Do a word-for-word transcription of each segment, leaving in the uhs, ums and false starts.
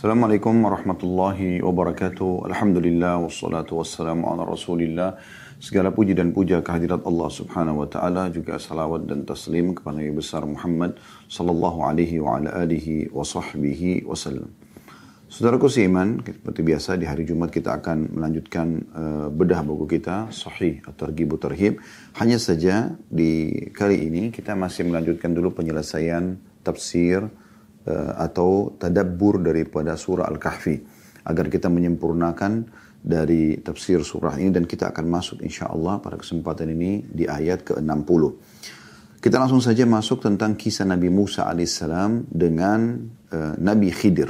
Assalamualaikum warahmatullahi wabarakatuh. Alhamdulillah wassalatu wassalamu ala Rasulillah. Segala puji dan puja kehadirat Allah Subhanahu wa taala, juga salawat dan taslim kepada Nabi besar Muhammad sallallahu alaihi wa ala alihi wa sahbihi wasallam. Saudaraku seiman, seperti biasa di hari Jumat kita akan melanjutkan uh, bedah buku kita Sahih At-Targhib Tarhib. Hanya saja di kali ini kita masih melanjutkan dulu penyelesaian tafsir atau tadabbur daripada surah Al-Kahfi agar kita menyempurnakan dari tafsir surah ini, dan kita akan masuk insyaAllah pada kesempatan ini di ayat ke enam puluh. Kita langsung saja masuk tentang kisah Nabi Musa alaihissalam dengan uh, Nabi Khidir.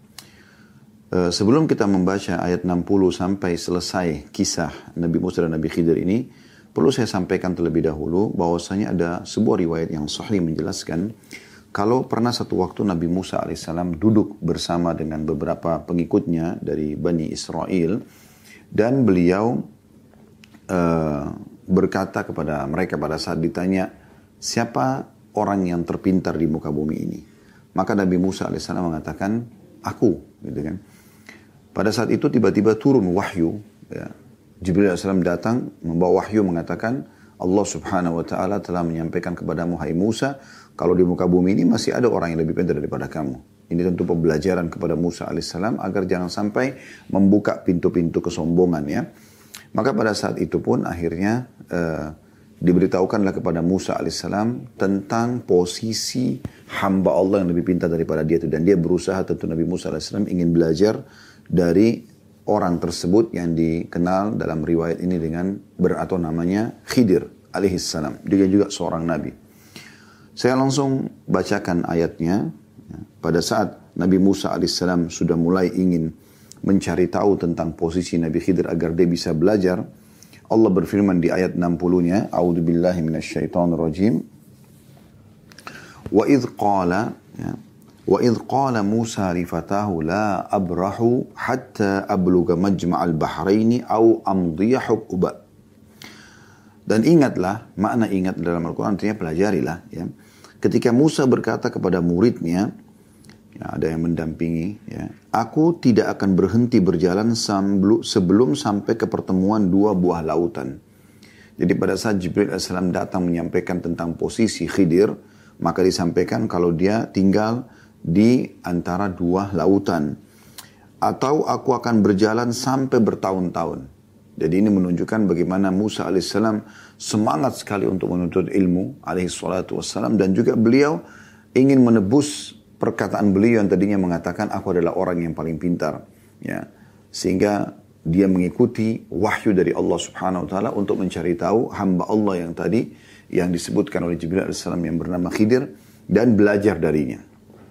Uh, sebelum kita membaca ayat enam puluh sampai selesai kisah Nabi Musa dan Nabi Khidir ini, perlu saya sampaikan terlebih dahulu bahwasanya ada sebuah riwayat yang sahih menjelaskan kalau pernah satu waktu Nabi Musa alaihissalam duduk bersama dengan beberapa pengikutnya dari Bani Israel, dan beliau uh, berkata kepada mereka pada saat ditanya, siapa orang yang terpintar di muka bumi ini? Maka Nabi Musa alaihissalam mengatakan, aku. Gitu kan. Pada saat itu tiba-tiba turun wahyu. Ya. Jibril alaihissalam datang membawa wahyu mengatakan, Allah subhanahu wa ta'ala telah menyampaikan kepadamu, hai Musa, kalau di muka bumi ini masih ada orang yang lebih pintar daripada kamu. Ini tentu pembelajaran kepada Musa alaihissalam agar jangan sampai membuka pintu-pintu kesombongan ya. Maka pada saat itu pun akhirnya uh, diberitahukanlah kepada Musa alaihissalam tentang posisi hamba Allah yang lebih pintar daripada dia itu. Dan dia berusaha, tentu Nabi Musa alaihissalam ingin belajar dari orang tersebut yang dikenal dalam riwayat ini dengan ber atau namanya Khidir alaihissalam. Dia juga seorang nabi. Saya langsung bacakan ayatnya. Pada saat Nabi Musa alaihissalam sudah mulai ingin mencari tahu tentang posisi Nabi Khidir agar dia bisa belajar, Allah berfirman di ayat enam puluh-nya, A'udzubillahi minasyaitonirrajim. Wa idh qala ya, Wa idh qala Musa li fatahu la abrahu hatta abluga majma'al bahraini au amdiya huquba. Dan ingatlah, makna ingat dalam Al-Quran artinya pelajarilah ya. Ketika Musa berkata kepada muridnya, ya, ada yang mendampingi, ya, aku tidak akan berhenti berjalan sebelum sampai ke pertemuan dua buah lautan. Jadi pada saat Jibril alaihissalam datang menyampaikan tentang posisi Khidir, maka disampaikan kalau dia tinggal di antara dua lautan. Atau aku akan berjalan sampai bertahun-tahun. Jadi ini menunjukkan bagaimana Musa alaihissalam semangat sekali untuk menuntut ilmu alaihissalatu wassalam, dan juga beliau ingin menebus perkataan beliau yang tadinya mengatakan aku adalah orang yang paling pintar. Ya. Sehingga dia mengikuti wahyu dari Allah subhanahu wa ta'ala untuk mencari tahu hamba Allah yang tadi yang disebutkan oleh Jibril alaihissalam yang bernama Khidir, dan belajar darinya.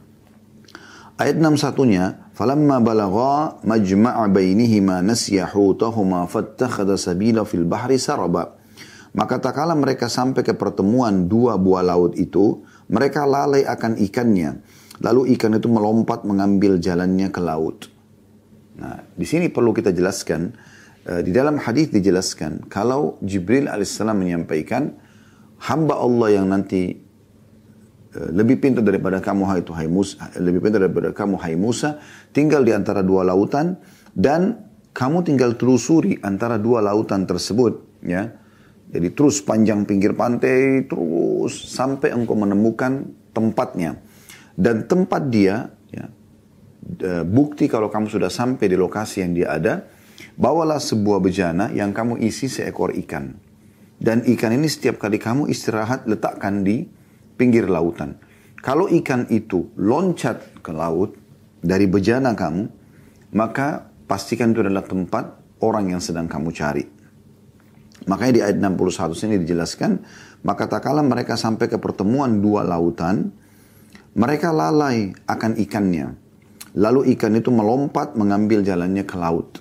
Ayat enam puluh satu-nya, falamma balagha majma'a bainihima nasiya hutahuma fattakhadha sabila fil bahri saraba. Maka tak kala mereka sampai ke pertemuan dua buah laut itu, mereka lalai akan ikannya. Lalu ikan itu melompat mengambil jalannya ke laut. Nah, di sini perlu kita jelaskan, di dalam hadis dijelaskan kalau Jibril alaihissalam menyampaikan hamba Allah yang nanti lebih pintar daripada kamu hai itu hai Musa, lebih pintar daripada kamu hai Musa, tinggal di antara dua lautan, dan kamu tinggal telusuri antara dua lautan tersebut ya. Jadi terus panjang pinggir pantai terus sampai engkau menemukan tempatnya. Dan tempat dia ya, bukti kalau kamu sudah sampai di lokasi yang dia ada, bawalah sebuah bejana yang kamu isi seekor ikan. Dan ikan ini setiap kali kamu istirahat letakkan di pinggir lautan. Kalau ikan itu loncat ke laut dari bejana kamu, maka pastikan itu adalah tempat orang yang sedang kamu cari. Makanya di ayat enam puluh satu sini dijelaskan, maka tak kala mereka sampai ke pertemuan dua lautan, mereka lalai akan ikannya. Lalu ikan itu melompat mengambil jalannya ke laut.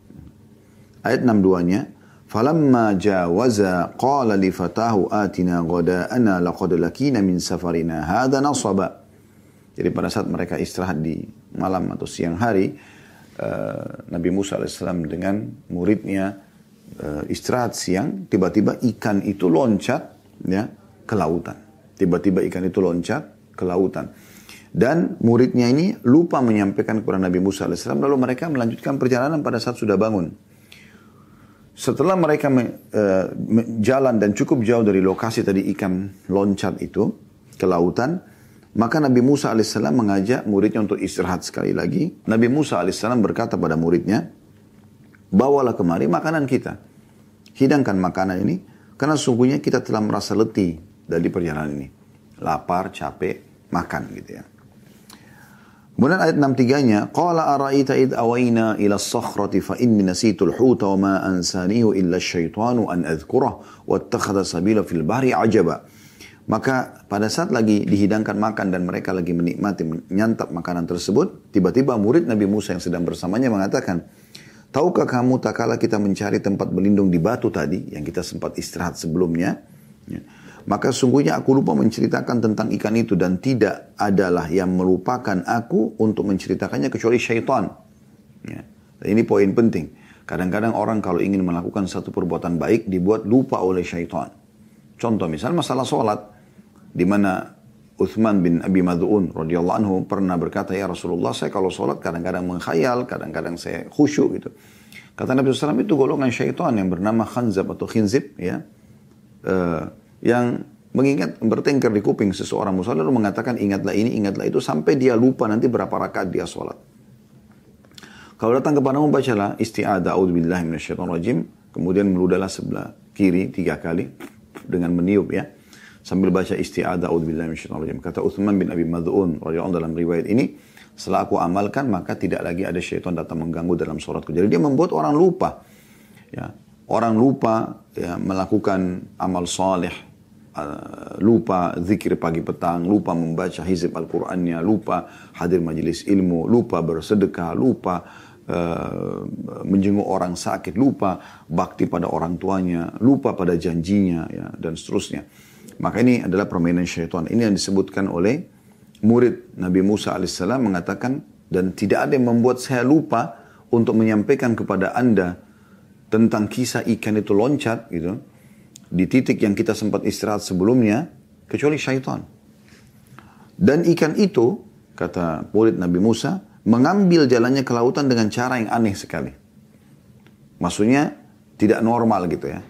Ayat enam puluh dua-nya, falamma jawaza qala li fatahu atina ghada'ana laqad lakina min safarina hadha nasaba. Jadi pada saat mereka istirahat di malam atau siang hari, uh, Nabi Musa alaihissalam dengan muridnya uh, istirahat siang, tiba-tiba ikan itu loncat ya ke lautan. Tiba-tiba ikan itu loncat ke lautan. Dan muridnya ini lupa menyampaikan kepada Nabi Musa alaihissalam, lalu mereka melanjutkan perjalanan pada saat sudah bangun. Setelah mereka me, uh, jalan dan cukup jauh dari lokasi tadi ikan loncat itu ke lautan, maka Nabi Musa alaihissalam mengajak muridnya untuk istirahat sekali lagi. Nabi Musa alaihissalam berkata pada muridnya, bawalah kemari makanan kita. Hidangkan makanan ini, karena sungguhnya kita telah merasa letih dari perjalanan ini. Lapar, capek, makan gitu ya. Kemudian ayat enam puluh tiga-nya, qala ara'aita id awayna ila as-sakhrati fa inni nasitul huta wa ma ansanihu illa asyaitanu an adhkurah wattakhadha sabila fil bahri ajaba. Maka pada saat lagi dihidangkan makan dan mereka lagi menikmati menyantap makanan tersebut, tiba-tiba murid Nabi Musa yang sedang bersamanya mengatakan, tahukah kamu tak kala kita mencari tempat berlindung di batu tadi yang kita sempat istirahat sebelumnya, ya, maka sungguhnya aku lupa menceritakan tentang ikan itu dan tidak adalah yang melupakan aku untuk menceritakannya kecuali syaitan. Ya. Dan ini poin penting. Kadang-kadang orang kalau ingin melakukan satu perbuatan baik dibuat lupa oleh syaitan. Contoh misal masalah sholat, di mana Uthman bin Abi Mad'un radhiyallahu anhu pernah berkata, ya Rasulullah, saya kalau sholat kadang-kadang menghayal, kadang-kadang saya khusyuk gitu. Kata Nabi shallallahu alaihi wasallam, itu golongan syaitan yang bernama khanzab atau khinzib, ya. Uh, yang mengingat bertengkar di kuping seseorang musalla lalu mengatakan ingatlah ini, ingatlah itu sampai dia lupa nanti berapa rakaat dia sholat. Kalau datang kepadamu bacalah isti'adzah a'udzubillahi minasyaitonirrajim, kemudian meludahlah sebelah kiri tiga kali dengan meniup ya. Sambil baca isti'adzah a'udzubillahi minasyaitonirrajim. Kata Uthman bin Abi Mad'un radhiyallahu dalam riwayat ini, setelah aku amalkan maka tidak lagi ada syaitan datang mengganggu dalam sholatku. Jadi dia membuat orang lupa. Ya, orang lupa ya, melakukan amal saleh. Uh, lupa zikir pagi petang, lupa membaca hizib Al-Qur'annya, lupa hadir majelis ilmu, lupa bersedekah, lupa uh, menjenguk orang sakit, lupa bakti pada orang tuanya, lupa pada janjinya, ya, dan seterusnya. Maka ini adalah permainan syaitan. Ini yang disebutkan oleh murid Nabi Musa alaihissalam mengatakan, dan tidak ada yang membuat saya lupa untuk menyampaikan kepada anda tentang kisah ikan itu loncat gitu, di titik yang kita sempat istirahat sebelumnya, kecuali syaitan. Dan ikan itu, kata murid Nabi Musa, mengambil jalannya ke lautan dengan cara yang aneh sekali. Maksudnya, tidak normal gitu ya.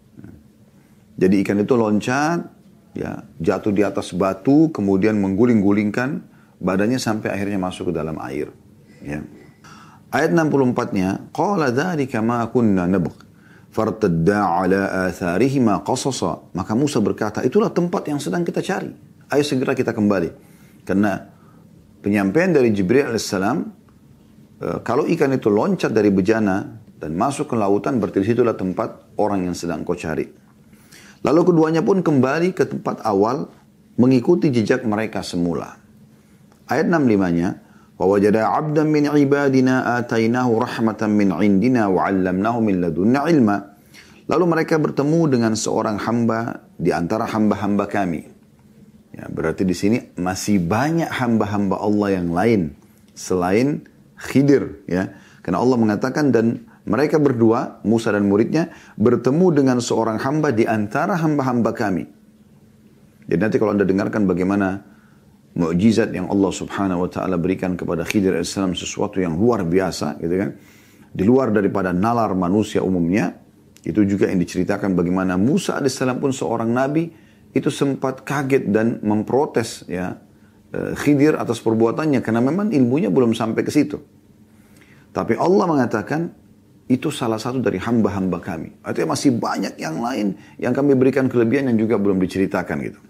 Jadi ikan itu loncat, ya, jatuh di atas batu, kemudian mengguling-gulingkan badannya sampai akhirnya masuk ke dalam air. Ya. Ayat enam puluh empat-nya, qala dzalika ma kunna nabgh. Fartadda ala atharihima qasasa. Maka Musa berkata, itulah tempat yang sedang kita cari. Ayo segera kita kembali. Karena penyampaian dari Jibril alaihissalam, e, kalau ikan itu loncat dari bejana dan masuk ke lautan, berarti situlah tempat orang yang sedang kau cari. Lalu keduanya pun kembali ke tempat awal, mengikuti jejak mereka semula. Ayat enam puluh lima-nya, وَوَجَدَ عَبْدًا مِنْ عِبَادِنَا آتَيْنَاهُ رَحْمَةً مِنْ عِنْدِنَا وَعَلَّمْنَاهُ مِنْ لَدُنَّا عِلْمًا. Lalu mereka bertemu dengan seorang hamba di antara hamba-hamba kami. Ya, berarti di sini masih banyak hamba-hamba Allah yang lain selain Khidir. Ya. Karena Allah mengatakan, dan mereka berdua, Musa dan muridnya, bertemu dengan seorang hamba di antara hamba-hamba kami. Jadi nanti kalau anda dengarkan bagaimana mukjizat yang Allah subhanahu wa ta'ala berikan kepada Khidir alaihissalam, sesuatu yang luar biasa gitu kan, di luar daripada nalar manusia umumnya. Itu juga yang diceritakan bagaimana Musa alaihissalam pun seorang nabi itu sempat kaget dan memprotes ya Khidir atas perbuatannya, karena memang ilmunya belum sampai ke situ. Tapi Allah mengatakan itu salah satu dari hamba-hamba kami. Artinya masih banyak yang lain yang kami berikan kelebihan yang juga belum diceritakan gitu.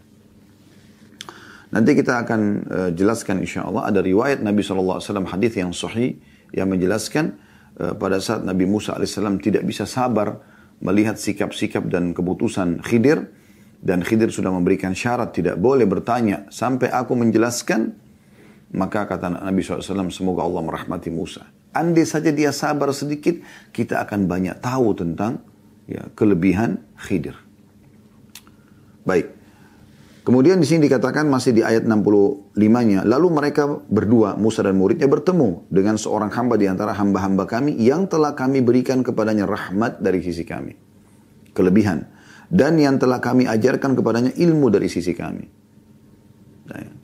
Nanti kita akan uh, jelaskan insya Allah. Ada riwayat Nabi shallallahu alaihi wasallam, hadis yang sahih yang menjelaskan uh, pada saat Nabi Musa alaihissalam tidak bisa sabar melihat sikap-sikap dan keputusan Khidir, dan Khidir sudah memberikan syarat tidak boleh bertanya sampai aku menjelaskan, maka kata Nabi shallallahu alaihi wasallam, semoga Allah merahmati Musa. Andai saja dia sabar sedikit, kita akan banyak tahu tentang ya, kelebihan Khidir. Baik. Kemudian di sini dikatakan masih di ayat enam puluh lima-nya, lalu mereka berdua, Musa dan muridnya, bertemu dengan seorang hamba di antara hamba-hamba kami yang telah kami berikan kepadanya rahmat dari sisi kami, kelebihan, dan yang telah kami ajarkan kepadanya ilmu dari sisi kami. Nah,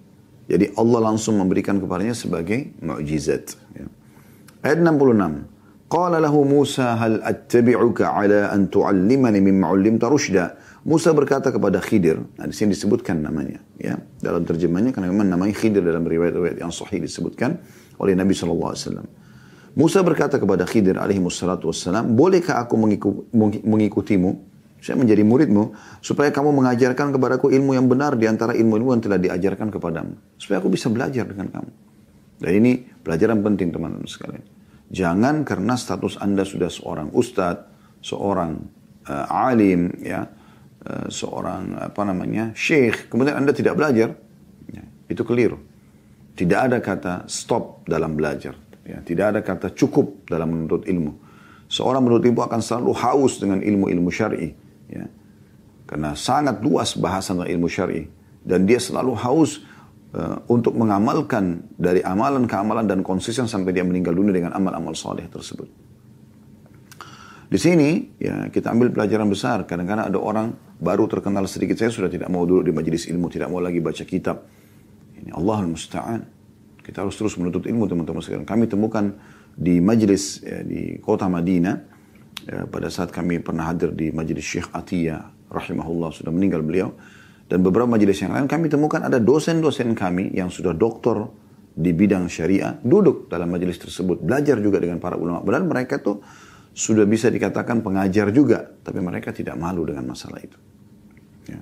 Jadi Allah langsung memberikan kepadanya sebagai mukjizat. Ya. Ayat enam puluh enam. Qala lahu Musa hal attabi'uka ala an tu'allimani mimma 'ullimta rusyda. Musa berkata kepada Khidir, nah di sini disebutkan namanya, ya dalam terjemahnya karena memang namanya Khidir dalam riwayat-riwayat yang sahih disebutkan oleh Nabi shallallahu alaihi wasallam. Musa berkata kepada Khidir alaihi wassalatu wassalam, bolehkah aku mengiku, mengikutimu, saya menjadi muridmu, supaya kamu mengajarkan kepadaku ilmu yang benar di antara ilmu-ilmu yang telah diajarkan kepadamu, supaya aku bisa belajar dengan kamu. Dan ini pelajaran penting teman-teman sekalian. Jangan karena status Anda sudah seorang ustadz, seorang uh, alim, ya, uh, seorang apa namanya syekh, kemudian Anda tidak belajar, ya, itu keliru. Tidak ada kata stop dalam belajar, ya, tidak ada kata cukup dalam menuntut ilmu. Seorang menuntut ilmu akan selalu haus dengan ilmu-ilmu syar'i, ya, karena sangat luas bahasan tentang ilmu syar'i, dan dia selalu haus Uh, untuk mengamalkan dari amalan ke amalan dan konsisten sampai dia meninggal dunia dengan amal-amal saleh tersebut. Di sini ya kita ambil pelajaran besar. Kadang-kadang ada orang baru terkenal sedikit, saya sudah tidak mau duduk di majelis ilmu, tidak mau lagi baca kitab. Ini Allahul Musta'an. Kita harus terus menuntut ilmu teman-teman sekalian. Kami temukan di majelis ya, di kota Madinah ya, pada saat kami pernah hadir di majelis Syekh Atiyah rahimahullah, sudah meninggal beliau. Dan beberapa majelis yang lain kami temukan ada dosen-dosen kami yang sudah doktor di bidang syariah duduk dalam majelis tersebut, belajar juga dengan para ulama. Padahal mereka tuh sudah bisa dikatakan pengajar juga, tapi mereka tidak malu dengan masalah itu. Ya.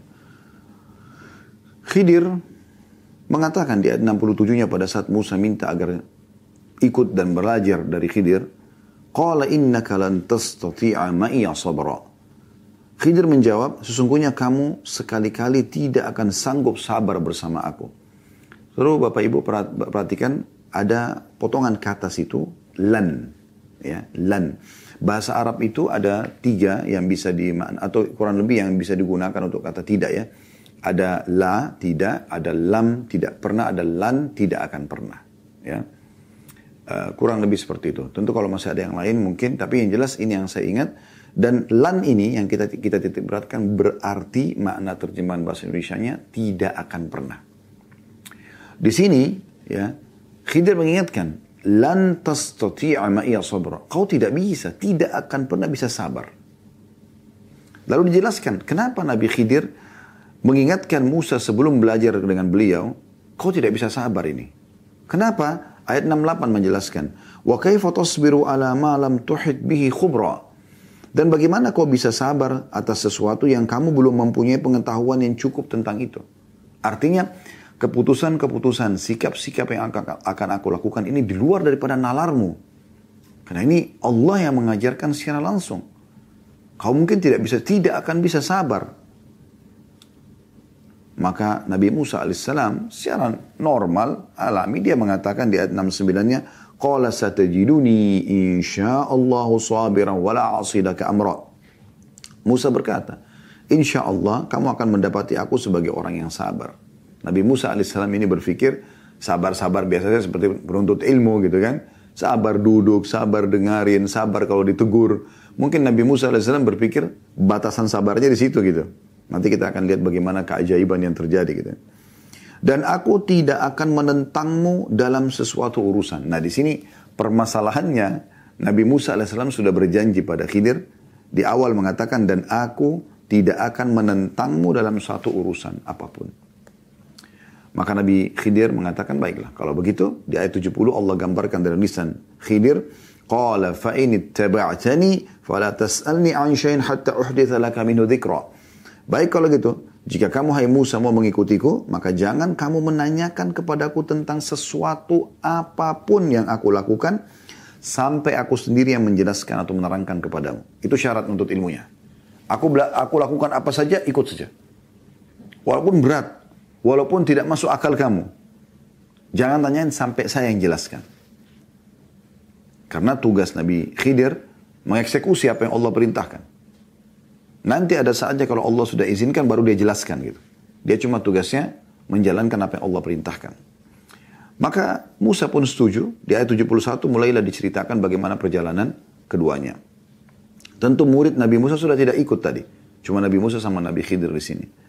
Khidir mengatakan di ayat enam puluh tujuh-nya pada saat Musa minta agar ikut dan belajar dari Khidir, qala innaka lan tastati'a ma'iya sabra. Khidir menjawab, sesungguhnya kamu sekali-kali tidak akan sanggup sabar bersama aku. Terus Bapak Ibu perhatikan ada potongan kata situ, lan. Ya, lan. Bahasa Arab itu ada tiga yang bisa dimakna, atau kurang lebih yang bisa digunakan untuk kata tidak ya. Ada la, tidak, ada lam, tidak pernah, ada lan, tidak akan pernah. Ya. Uh, kurang lebih seperti itu. Tentu kalau masih ada yang lain mungkin, tapi yang jelas ini yang saya ingat. Dan lan ini yang kita kita titik beratkan berarti makna terjemahan bahasa Indonesianya tidak akan pernah. Di sini ya Khidir mengingatkan lan tastati'a ma'iya sabra. Kau tidak bisa, tidak akan pernah bisa sabar. Lalu dijelaskan kenapa Nabi Khidir mengingatkan Musa sebelum belajar dengan beliau, kau tidak bisa sabar ini. Kenapa? Ayat enam puluh delapan menjelaskan, wa kaifa tasbiru ala ma lam tuhit bihi khubra. Dan bagaimana kau bisa sabar atas sesuatu yang kamu belum mempunyai pengetahuan yang cukup tentang itu. Artinya keputusan-keputusan, sikap-sikap yang akan aku lakukan ini di luar daripada nalarmu. Karena ini Allah yang mengajarkan secara langsung. Kau mungkin tidak bisa, tidak akan bisa sabar. Maka Nabi Musa alaihissalam secara normal, alami, dia mengatakan di ayat enam puluh sembilan-nya, qala satajiduni insyaallahu sabiran wala asilaka amra. Musa berkata, insyaallah kamu akan mendapati aku sebagai orang yang sabar. Nabi Musa alaihissalam ini berpikir sabar-sabar biasanya seperti penuntut ilmu gitu kan. Sabar duduk, sabar dengarin, sabar kalau ditegur. Mungkin Nabi Musa alaihissalam berpikir batasan sabarnya di situ gitu. Nanti kita akan lihat bagaimana keajaiban yang terjadi gitu. Dan aku tidak akan menentangmu dalam sesuatu urusan. Nah di sini permasalahannya Nabi Musa alaihissalam sudah berjanji pada Khidir di awal mengatakan dan aku tidak akan menentangmu dalam suatu urusan apapun. Maka Nabi Khidir mengatakan baiklah kalau begitu di ayat tujuh puluh Allah gambarkan dalam lisan Khidir, qala fa in ittaba'tani fala tas'alni 'an syai'in hatta uhditsa laka minhu dzikra. Baik kalau gitu, jika kamu hai Musa mau mengikutiku, maka jangan kamu menanyakan kepadaku tentang sesuatu apapun yang aku lakukan, sampai aku sendiri yang menjelaskan atau menerangkan kepadamu. Itu syarat untuk ilmunya. Aku aku lakukan apa saja, ikut saja. Walaupun berat, walaupun tidak masuk akal kamu. Jangan tanyain sampai saya yang jelaskan. Karena tugas Nabi Khidir mengeksekusi apa yang Allah perintahkan. Nanti ada saatnya kalau Allah sudah izinkan baru dia jelaskan gitu. Dia cuma tugasnya menjalankan apa yang Allah perintahkan. Maka Musa pun setuju. Di ayat tujuh puluh satu mulailah diceritakan bagaimana perjalanan keduanya. Tentu murid Nabi Musa sudah tidak ikut tadi. Cuma Nabi Musa sama Nabi Khidir di sini.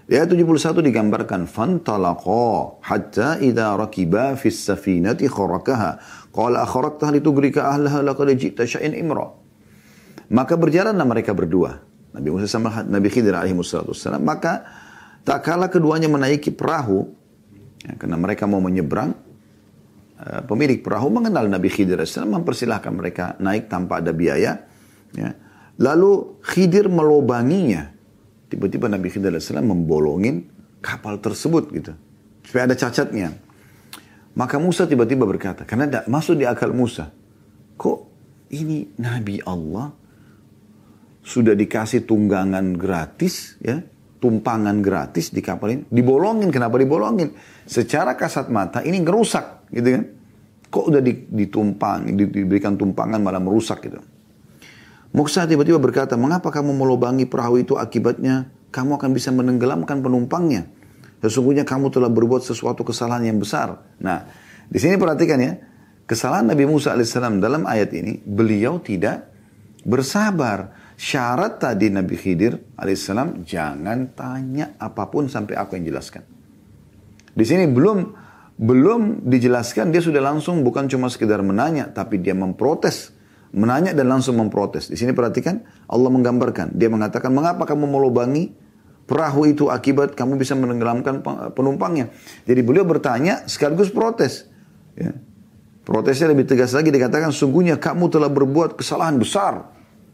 Di ayat tujuh puluh satu digambarkan fantalaqa hatta idza rakiba fis safinati kharakaha qala akharaktaha litugrika ahlaha laqad ji'ta syai'an imra. Maka berjalanlah mereka berdua, Nabi Musa sama Nabi Khidir alaihi wassalam. Maka tak kala keduanya menaiki perahu, ya, karena mereka mau menyeberang, uh, pemilik perahu mengenal Nabi Khidir alaihi wassalam, mempersilahkan mereka naik tanpa ada biaya. Ya. Lalu Khidir melobanginya. Tiba-tiba Nabi Khidir alaihi wassalam membolongin kapal tersebut gitu, supaya ada cacatnya. Maka Musa tiba-tiba berkata, karena tidak masuk di akal Musa, kok ini Nabi Allah sudah dikasih tunggangan gratis, ya, tumpangan gratis di kapal ini, dibolongin. Kenapa dibolongin? Secara kasat mata ini ngerusak, gitu kan? Kok udah ditumpang, diberikan tumpangan malah merusak gitu. Musa tiba-tiba berkata, mengapa kamu melobangi perahu itu? Akibatnya kamu akan bisa menenggelamkan penumpangnya. Sesungguhnya kamu telah berbuat sesuatu kesalahan yang besar. Nah, di sini perhatikan ya, kesalahan Nabi Musa alaihissalam dalam ayat ini, beliau tidak bersabar. Syarat tadi Nabi Khidir alaihissalam, jangan tanya apapun sampai aku yang jelaskan. Di sini belum belum dijelaskan, dia sudah langsung bukan cuma sekedar menanya, tapi dia memprotes. Menanya dan langsung memprotes. Di sini perhatikan, Allah menggambarkan. Dia mengatakan, mengapa kamu melobangi perahu itu akibat kamu bisa menenggelamkan penumpangnya. Jadi beliau bertanya sekaligus protes. Ya. Protesnya lebih tegas lagi, dikatakan, sungguhnya kamu telah berbuat kesalahan besar.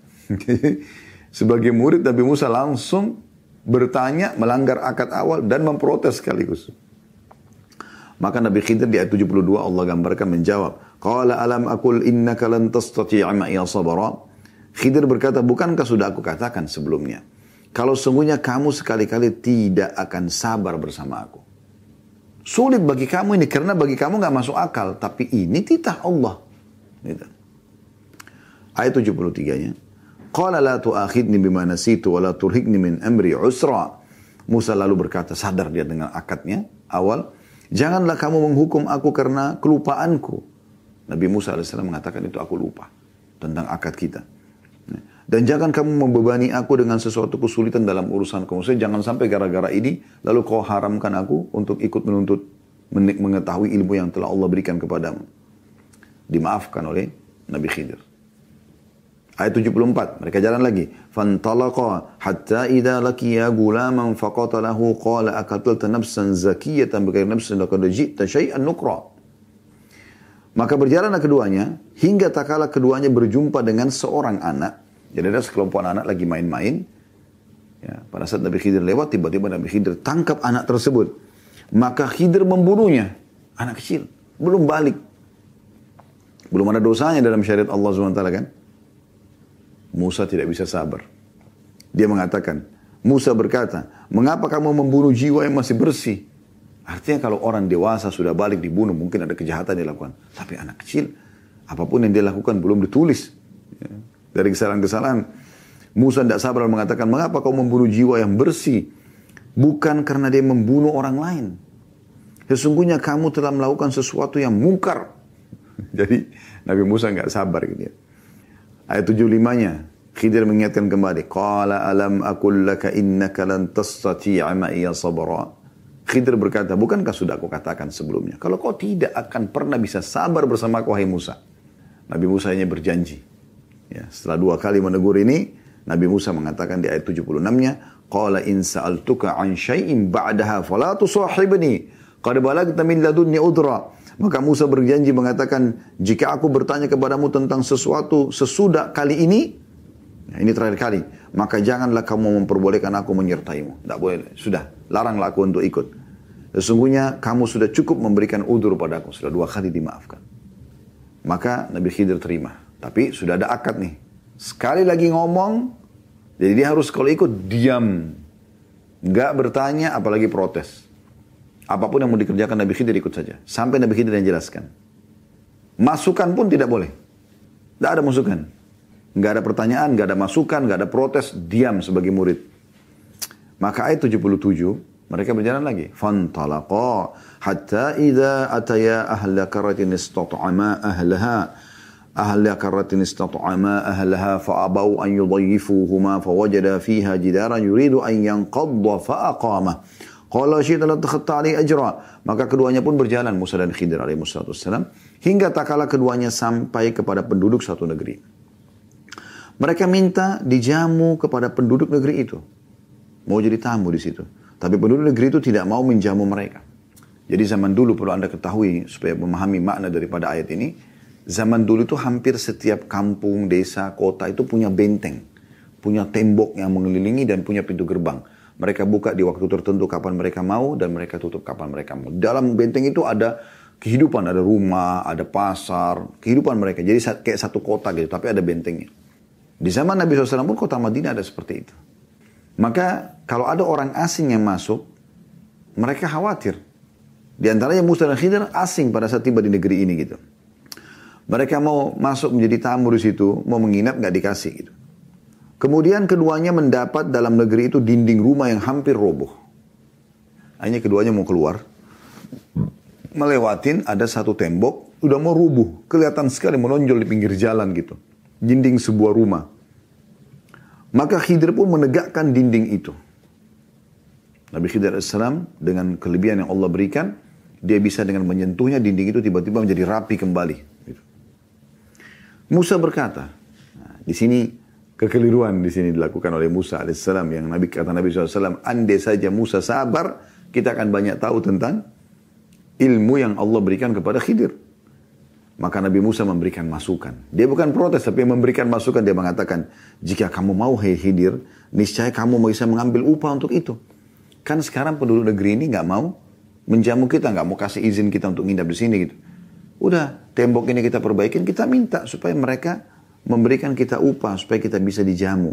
Sebagai murid Nabi Musa langsung bertanya, melanggar akad awal dan memprotes sekaligus. Maka Nabi Khidir di ayat tujuh puluh dua Allah gambarkan menjawab, qala alam aqul innaka lan tastati'a ma'iya sabra. Khidir berkata, bukankah sudah aku katakan sebelumnya, kalau sungguhnya kamu sekali-kali tidak akan sabar bersama aku. Sulit bagi kamu ini, karena bagi kamu nggak masuk akal, tapi ini titah Allah. Gitu. Ayat tujuh puluh tiga-nya, qala la tu'akhidni bima nasitu wa la turhiqni min amri usra. Musa lalu berkata, sadar dia dengan akadnya awal, janganlah kamu menghukum aku karena kelupaanku. Nabi Musa alaihissalam mengatakan itu, aku lupa tentang akad kita. Dan jangan kamu membebani aku dengan sesuatu kesulitan dalam urusan kamu. Jangan sampai gara-gara ini lalu kau haramkan aku untuk ikut menuntut mengetahui ilmu yang telah Allah berikan kepadamu. Dimaafkan oleh Nabi Khidir. Ayat tujuh puluh empat, mereka jalan lagi. Fantalaqa hatta idza laqiya gulaman faqatalahu qala aqatalta nafsan zakiyatan bighairi nafsin laqad ji'ta syai'an nukra. Maka berjalanlah keduanya hingga tak kala keduanya berjumpa dengan seorang anak. Jadi ada sekelompok anak lagi main-main. Ya, pada saat Nabi Khidir lewat, tiba-tiba Nabi Khidir tangkap anak tersebut. Maka Khidir membunuhnya. Anak kecil, belum balik. Belum ada dosanya dalam syariat Allah subhanahu wa taala kan. Musa tidak bisa sabar. Dia mengatakan, Musa berkata, mengapa kamu membunuh jiwa yang masih bersih? Artinya kalau orang dewasa sudah balik dibunuh, mungkin ada kejahatan dilakukan. Tapi anak kecil, apapun yang dia lakukan belum ditulis. Ya. Dari kesalahan-kesalahan, Musa tidak sabar mengatakan, mengapa kau membunuh jiwa yang bersih? Bukan karena dia membunuh orang lain. Sesungguhnya kamu telah melakukan sesuatu yang mungkar. Jadi Nabi Musa nggak sabar gitu ya. Ayat tujuh puluh lima-nya, Khidir mengingatkan kembali, qala alam aqul laka innaka lan tastati'a ma'iya sabra. Khidir berkata, bukankah sudah aku katakan sebelumnya, kalau kau tidak akan pernah bisa sabar bersama aku, wahai Musa. Nabi Musa hanya berjanji. Ya, setelah dua kali menegur ini, Nabi Musa mengatakan di ayat tujuh puluh enam-nya, qala in sa'altuka an syai'in ba'daha fala tusahibni qad balagta min ladunni udra. Maka Musa berjanji mengatakan, jika aku bertanya kepadamu tentang sesuatu sesudah kali ini, nah ini terakhir kali, maka janganlah kamu memperbolehkan aku menyertaimu. Tidak boleh, sudah, laranglah aku untuk ikut. Sesungguhnya kamu sudah cukup memberikan udzur padaku, sudah dua kali dimaafkan. Maka Nabi Khidir terima. Tapi sudah ada akad nih. Sekali lagi ngomong, jadi dia harus kalau ikut diam. Nggak bertanya, apalagi protes. Apapun yang mau dikerjakan Nabi Khidir ikut saja. Sampai Nabi Khidir yang jelaskan. Masukan pun tidak boleh. Tidak ada masukan. Nggak ada pertanyaan, nggak ada masukan, nggak ada protes. Diam sebagai murid. Maka ayat tujuh puluh tujuh, mereka berjalan lagi. Fantalaqa hatta idza ataya ahla qaratin istat'ama ahlaha ahla karatin istata'ama ahlaha fa'abau an yudayyifuhuma fawajada fiha jidaran yuridu an yanqadda fa'aqamah. Qala syi'ta la takhatta alaihi ajra. Maka keduanya pun berjalan, Musa dan Khidir alaihi wassalam, hingga tak kala keduanya sampai kepada penduduk satu negeri. Mereka minta dijamu kepada penduduk negeri itu. Mau jadi tamu di situ. Tapi penduduk negeri itu tidak mau menjamu mereka. Jadi zaman dulu perlu Anda ketahui supaya memahami makna daripada ayat ini. Zaman dulu itu hampir setiap kampung, desa, kota itu punya benteng. Punya tembok yang mengelilingi dan punya pintu gerbang. Mereka buka di waktu tertentu kapan mereka mau dan mereka tutup kapan mereka mau. Dalam benteng itu ada kehidupan, ada rumah, ada pasar, kehidupan mereka. Jadi kayak satu kota gitu, tapi ada bentengnya. Di zaman Nabi shallallahu alaihi wasallam pun kota Madinah ada seperti itu. Maka kalau ada orang asing yang masuk, mereka khawatir. Di antaranya Musa dan Khidir asing pada saat tiba di negeri ini gitu. Mereka mau masuk menjadi tamu di situ, mau menginap nggak dikasih gitu. Kemudian keduanya mendapat dalam negeri itu dinding rumah yang hampir roboh. Akhirnya keduanya mau keluar. Melewatin ada satu tembok, udah mau rubuh. Kelihatan sekali menonjol di pinggir jalan gitu. Dinding sebuah rumah. Maka Khidir pun menegakkan dinding itu. Nabi Khidir alaihissalam dengan kelebihan yang Allah berikan, dia bisa dengan menyentuhnya dinding itu tiba-tiba menjadi rapi kembali. Gitu. Musa berkata, nah, di sini kekeliruan di sini dilakukan oleh Musa alaihissalam yang Nabi kata Nabi shallallahu alaihi wasallam, andai saja Musa sabar, kita akan banyak tahu tentang ilmu yang Allah berikan kepada Khidir. Maka Nabi Musa memberikan masukan. Dia bukan protes, tapi memberikan masukan. Dia mengatakan, jika kamu mau hai Khidir, niscaya kamu bisa mengambil upah untuk itu. Kan sekarang penduduk negeri ini nggak mau menjamu kita, nggak mau kasih izin kita untuk nginap di sini gitu. Udah, tembok ini kita perbaikin, kita minta supaya mereka memberikan kita upah supaya kita bisa dijamu.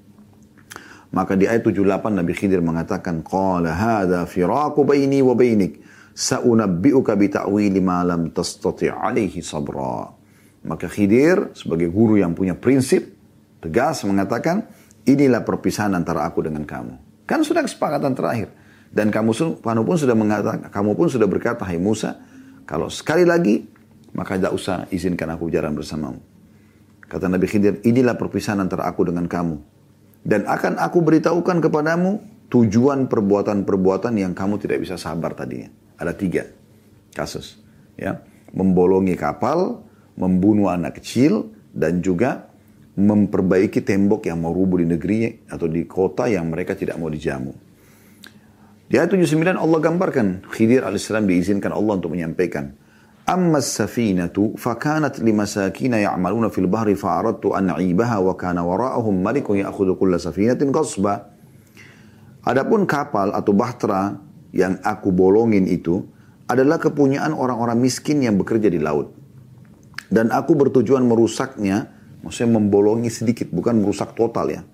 Maka di ayat tujuh puluh delapan Nabi Khidir mengatakan, qala hadza firaqu baini wa bainik, sa'unabbi'uka bi ta'wili ma lam tastati' alaihi sabra. Maka Khidir sebagai guru yang punya prinsip tegas mengatakan, inilah perpisahan antara aku dengan kamu. Kan sudah kesepakatan terakhir. Dan kamu, kamu pun sudah mengatakan, kamu pun sudah berkata, hai Musa, kalau sekali lagi maka tidak usah izinkan aku jalan bersamamu. Kata Nabi Khidir, inilah perpisahan antara aku dengan kamu. Dan akan aku beritahukan kepadamu tujuan perbuatan-perbuatan yang kamu tidak bisa sabar tadinya. Ada tiga kasus. Ya. Membolongi kapal, membunuh anak kecil, dan juga memperbaiki tembok yang mau rubuh di negeri atau di kota yang mereka tidak mau dijamu. Di ayat tujuh puluh sembilan Allah gambarkan, Khidir alaihissalam diizinkan Allah untuk menyampaikan, أما السفينة فكانت لمساكين يعملون في البحر فأردت أن أعيبها وكان وراءهم ملك يأخذ كل سفينة غصبا. Adapun kapal atau bahtera yang aku bolongin itu adalah kepunyaan orang-orang miskin yang bekerja di laut. Dan aku bertujuan merusaknya, maksudnya membolongi sedikit, bukan merusak total ya.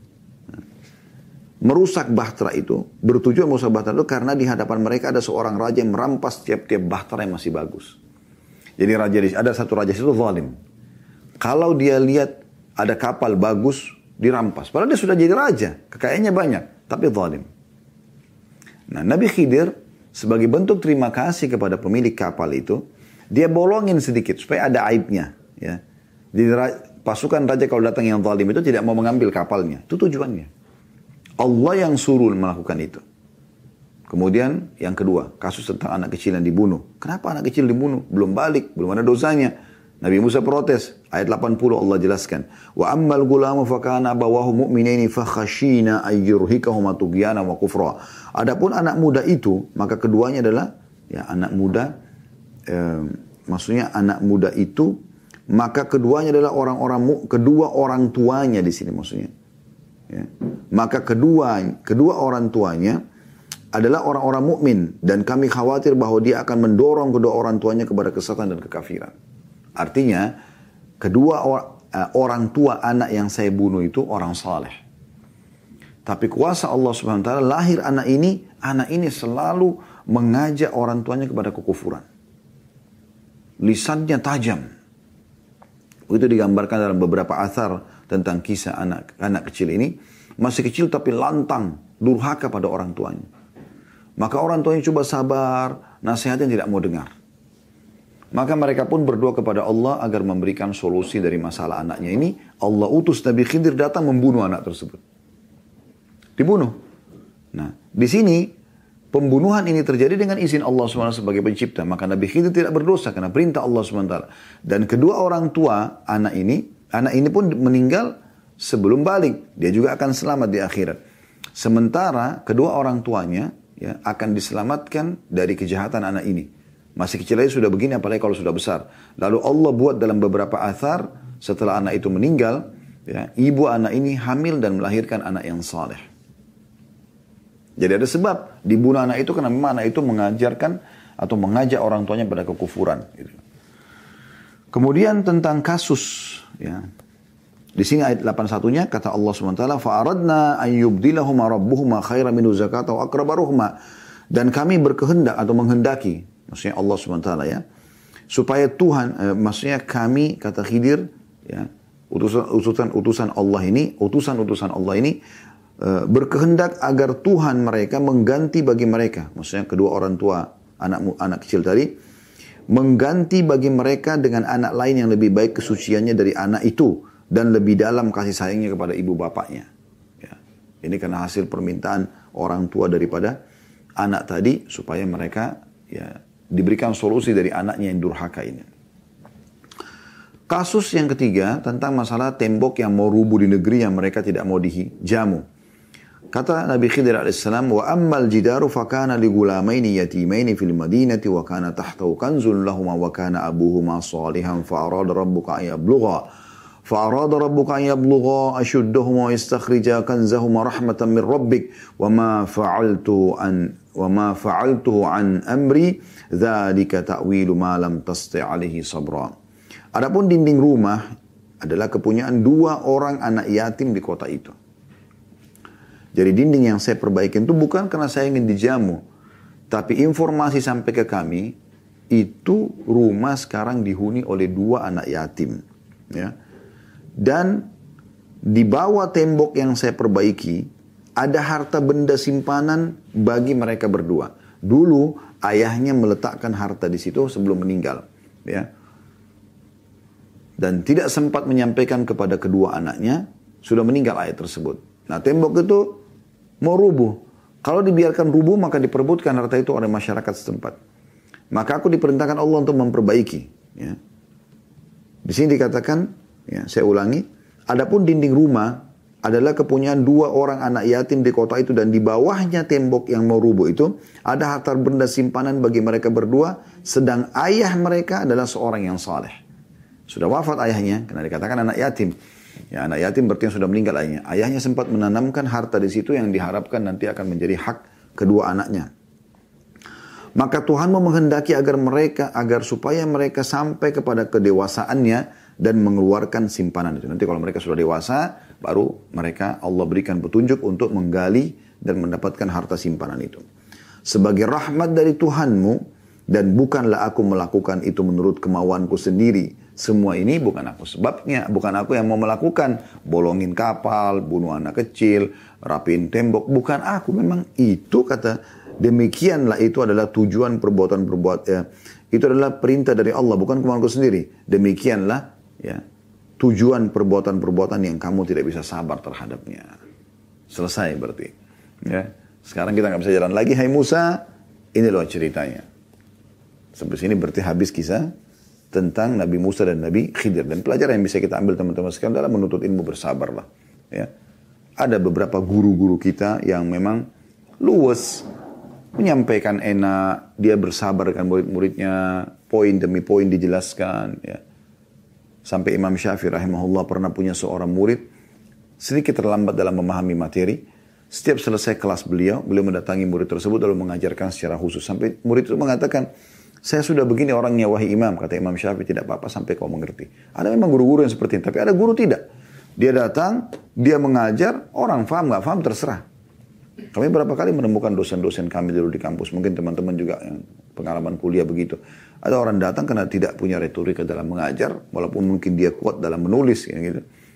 Merusak bahtera itu, bertujuan merusak bahtera itu karena di hadapan mereka ada seorang raja yang merampas tiap-tiap bahtera yang masih bagus. Jadi raja ada satu raja itu zalim. Kalau dia lihat ada kapal bagus, dirampas. Padahal dia sudah jadi raja, kekayaannya banyak, tapi zalim. Nah, Nabi Khidir sebagai bentuk terima kasih kepada pemilik kapal itu, dia bolongin sedikit supaya ada aibnya. Ya. Jadi pasukan raja kalau datang yang zalim itu tidak mau mengambil kapalnya. Itu tujuannya. Allah yang suruh melakukan itu. Kemudian yang kedua, kasus tentang anak kecil yang dibunuh. Kenapa anak kecil dibunuh? Belum balik, belum ada dosanya. Nabi Musa protes. Ayat delapan puluh Allah jelaskan. Wa ammal gulamu fakana abawahu mu'minaini fakhashina ayyurhikahuma tughyana wa kufra. Adapun anak muda itu, maka keduanya adalah ya anak muda eh, maksudnya anak muda itu, maka keduanya adalah orang-orang kedua orang tuanya di sini maksudnya. Ya. Maka kedua kedua orang tuanya adalah orang-orang mukmin dan kami khawatir bahwa dia akan mendorong kedua orang tuanya kepada kesesatan dan kekafiran. Artinya kedua or, uh, orang tua anak yang saya bunuh itu orang saleh. Tapi kuasa Allah Subhanahu wa taala lahir anak ini, anak ini selalu mengajak orang tuanya kepada kekufuran. Lisannya tajam. Itu digambarkan dalam beberapa athar tentang kisah anak anak kecil ini. Masih kecil tapi lantang, durhaka pada orang tuanya. Maka orang tuanya coba sabar, nasihatnya tidak mau dengar. Maka mereka pun berdoa kepada Allah agar memberikan solusi dari masalah anaknya ini. Allah utus Nabi Khidir datang membunuh anak tersebut. Dibunuh. Nah, di sini pembunuhan ini terjadi dengan izin Allah subhanahu wa taala sebagai pencipta. Maka Nabi Khidir tidak berdosa karena perintah Allah subhanahu wa taala. Dan kedua orang tua anak ini, anak ini pun meninggal sebelum balik. Dia juga akan selamat di akhirat. Sementara kedua orang tuanya ya, akan diselamatkan dari kejahatan anak ini. Masih kecil aja sudah begini, apalagi kalau sudah besar. Lalu Allah buat dalam beberapa athar, setelah anak itu meninggal, ya, ibu anak ini hamil dan melahirkan anak yang saleh. Jadi ada sebab dibunuh anak itu karena memang anak itu mengajarkan atau mengajak orang tuanya pada kekufuran. Gitu. Kemudian tentang kasus, ya, di sini ayat delapan puluh satu-nya kata Allah subhanahu wa taala, "Fa'aradna an yubdilahuma rabbuhuma khairan minhu zakata wa aqraba ruhma." Dan kami berkehendak atau menghendaki, maksudnya Allah subhanahu wa taala ya, supaya Tuhan, eh, maksudnya kami kata Khidir, ya, utusan utusan Allah ini, utusan-utusan Allah ini eh, berkehendak agar Tuhan mereka mengganti bagi mereka, maksudnya kedua orang tua anak anak kecil tadi, mengganti bagi mereka dengan anak lain yang lebih baik kesuciannya dari anak itu dan lebih dalam kasih sayangnya kepada ibu bapaknya. Ya. Ini karena hasil permintaan orang tua daripada anak tadi supaya mereka ya diberikan solusi dari anaknya yang durhaka ini. Kasus yang ketiga tentang masalah tembok yang mau rubuh di negeri yang mereka tidak mau dijamu. Kata Nabi Khidir alaihissalam, wa ammal jidaru fakana li gulamaini yatimaini fil madinati wa kana tahtahu kanzun lahuma wa kana abuhuma salihan fa arada rabbuka an yablugha fa arada rabbuka an yablugha ashuddahuma wa yastakhrija kanzahuma rahmatan min rabbik wa ma fa'altu an wa ma fa'altuhu an amri dzalika ta'wilu ma lam tasti' alaihi sabra. Adapun dinding rumah adalah kepunyaan dua orang anak yatim di kota itu. Jadi dinding yang saya perbaikin itu bukan karena saya ingin dijamu. Tapi informasi sampai ke kami, itu rumah sekarang dihuni oleh dua anak yatim. Ya. Dan di bawah tembok yang saya perbaiki, ada harta benda simpanan bagi mereka berdua. Dulu ayahnya meletakkan harta di situ sebelum meninggal. Ya. Dan tidak sempat menyampaikan kepada kedua anaknya, sudah meninggal ayah tersebut. Nah tembok itu mau rubuh. Kalau dibiarkan rubuh maka diperebutkan harta itu oleh masyarakat setempat. Maka aku diperintahkan Allah untuk memperbaiki. Ya. Di sini dikatakan, ya, saya ulangi, adapun dinding rumah adalah kepunyaan dua orang anak yatim di kota itu dan di bawahnya tembok yang mau rubuh itu ada harta benda simpanan bagi mereka berdua, sedang ayah mereka adalah seorang yang saleh. Sudah wafat ayahnya karena dikatakan anak yatim. Ya, anak yatim berarti yang sudah meninggal ayahnya. Ayahnya sempat menanamkan harta di situ yang diharapkan nanti akan menjadi hak kedua anaknya. Maka Tuhan mau menghendaki agar mereka, agar supaya mereka sampai kepada kedewasaannya dan mengeluarkan simpanan itu. Nanti kalau mereka sudah dewasa, baru mereka Allah berikan petunjuk untuk menggali dan mendapatkan harta simpanan itu. Sebagai rahmat dari Tuhanmu, dan bukanlah aku melakukan itu menurut kemauanku sendiri. Semua ini bukan aku sebabnya, bukan aku yang mau melakukan. Bolongin kapal, bunuh anak kecil, rapiin tembok, bukan aku. Memang itu kata, demikianlah itu adalah tujuan perbuatan-perbuatan. Ya, itu adalah perintah dari Allah, bukan kemauanku sendiri. Demikianlah ya tujuan perbuatan-perbuatan yang kamu tidak bisa sabar terhadapnya. Selesai berarti. Ya. Sekarang kita nggak bisa jalan lagi. Hai Musa, ini loh ceritanya. Sampai sini berarti habis kisah tentang Nabi Musa dan Nabi Khidir. Dan pelajaran yang bisa kita ambil teman-teman sekalian adalah menuntut ilmu bersabarlah. Ya. Ada beberapa guru-guru kita yang memang luwes, menyampaikan enak, dia bersabar dengan murid-muridnya, poin demi poin dijelaskan. Ya. Sampai Imam Syafi'i rahimahullah pernah punya seorang murid, sedikit terlambat dalam memahami materi. Setiap selesai kelas beliau, beliau mendatangi murid tersebut lalu mengajarkan secara khusus. Sampai murid itu mengatakan, saya sudah begini orangnya wahai imam, kata Imam Syafi'i, tidak apa-apa sampai kau mengerti. Ada memang guru-guru yang seperti ini, tapi ada guru tidak. Dia datang, dia mengajar, orang faham nggak faham terserah. Kami berapa kali menemukan dosen-dosen kami dulu di kampus, mungkin teman-teman juga yang pengalaman kuliah begitu. Ada orang datang karena tidak punya retorika dalam mengajar, walaupun mungkin dia kuat dalam menulis, ya gitu.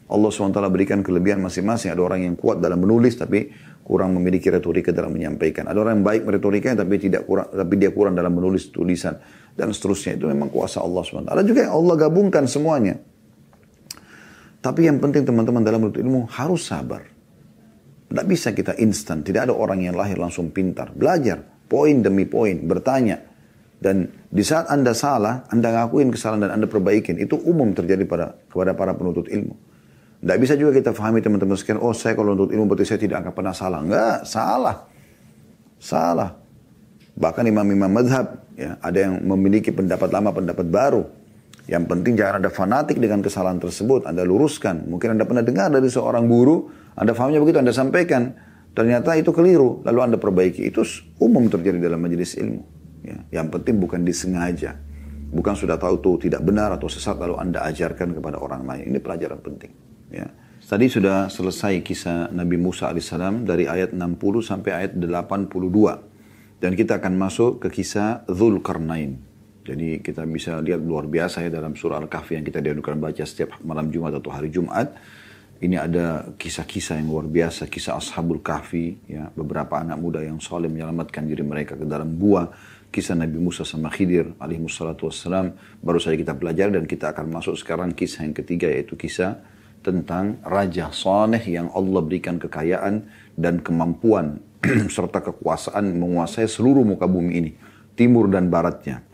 Allah subhanahu wa taala berikan kelebihan masing-masing. Ada orang yang kuat dalam menulis tapi kurang memiliki retorika dalam menyampaikan. Ada orang yang baik retorikanya tapi tidak kurang, tapi dia kurang dalam menulis tulisan dan seterusnya. Itu memang kuasa Allah subhanahu wa taala. Ada juga yang Allah gabungkan semuanya. Tapi yang penting teman-teman dalam menuntut ilmu harus sabar. Tidak bisa kita instan. Tidak ada orang yang lahir langsung pintar. Belajar poin demi poin, bertanya. Dan di saat Anda salah, Anda ngakuin kesalahan dan Anda perbaikin. Itu umum terjadi pada kepada para penuntut ilmu. Tidak bisa juga kita fahami teman-teman sekalian, oh saya kalau menuntut ilmu berarti saya tidak akan pernah salah. Enggak, salah. Salah. Bahkan imam-imam madhab, ya, ada yang memiliki pendapat lama, pendapat baru. Yang penting jangan ada fanatik dengan kesalahan tersebut. Anda luruskan. Mungkin Anda pernah dengar dari seorang guru, Anda fahamnya begitu, Anda sampaikan. Ternyata itu keliru, lalu Anda perbaiki. Itu umum terjadi dalam majelis ilmu. Ya, yang penting bukan disengaja. Bukan sudah tahu itu tidak benar atau sesat, lalu Anda ajarkan kepada orang lain. Ini pelajaran penting. Ya. Tadi sudah selesai kisah Nabi Musa alaihissalam dari ayat enam puluh sampai ayat delapan puluh dua. Dan kita akan masuk ke kisah Dzulqarnain. Jadi kita bisa lihat luar biasa ya dalam surah Al-Kahfi yang kita diadukan baca setiap malam Jumat atau hari Jumat. Ini ada kisah-kisah yang luar biasa. Kisah Ashabul Kahfi. Ya. Beberapa anak muda yang soleh menyelamatkan diri mereka ke dalam gua. Kisah Nabi Musa sama Khidir alaihissalatu wassalam. Baru saja kita pelajari dan kita akan masuk sekarang kisah yang ketiga yaitu kisah tentang Raja Saleh yang Allah berikan kekayaan dan kemampuan serta kekuasaan menguasai seluruh muka bumi ini, timur dan baratnya.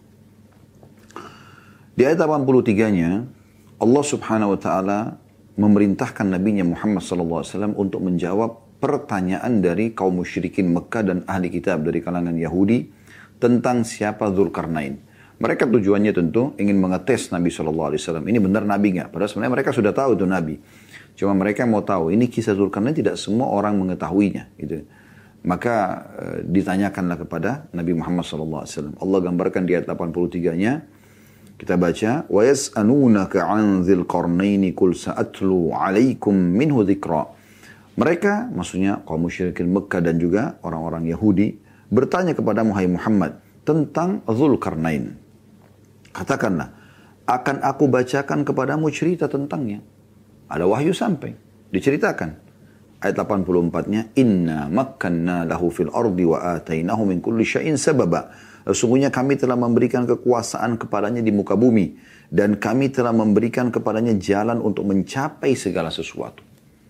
Di ayat delapan puluh tiga-nya, Allah subhanahu wa ta'ala memerintahkan Nabi-Nya Muhammad sallallahu alaihi wasallam untuk menjawab pertanyaan dari kaum musyrikin Mekah dan ahli kitab dari kalangan Yahudi tentang siapa Dzulqarnain. Mereka tujuannya tentu ingin mengetes Nabi shallallahu alaihi wasallam. Ini benar Nabi nggak? Padahal sebenarnya mereka sudah tahu itu Nabi. Cuma mereka mau tahu. Ini kisah Dzulqarnain tidak semua orang mengetahuinya. Gitu. Maka e, ditanyakanlah kepada Nabi Muhammad shallallahu alaihi wasallam. Allah gambarkan di ayat delapan puluh tiga-nya. Kita baca. Wa yas'anunaka 'an dzil-qarnain qul sa'atlu 'alaikum minhu dzikra. Mereka, maksudnya kaum musyrikin Mekah dan juga orang-orang Yahudi, bertanya kepada Muhammad tentang Dzulqarnain. Katakanlah, akan aku bacakan kepadamu cerita tentangnya. Ada wahyu sampai, diceritakan. Ayat delapan puluh empat-nya, Inna makkanna lahu fil ardi wa atainahu min kulli syai'in sababa. Sesungguhnya kami telah memberikan kekuasaan kepadanya di muka bumi. Dan kami telah memberikan kepadanya jalan untuk mencapai segala sesuatu.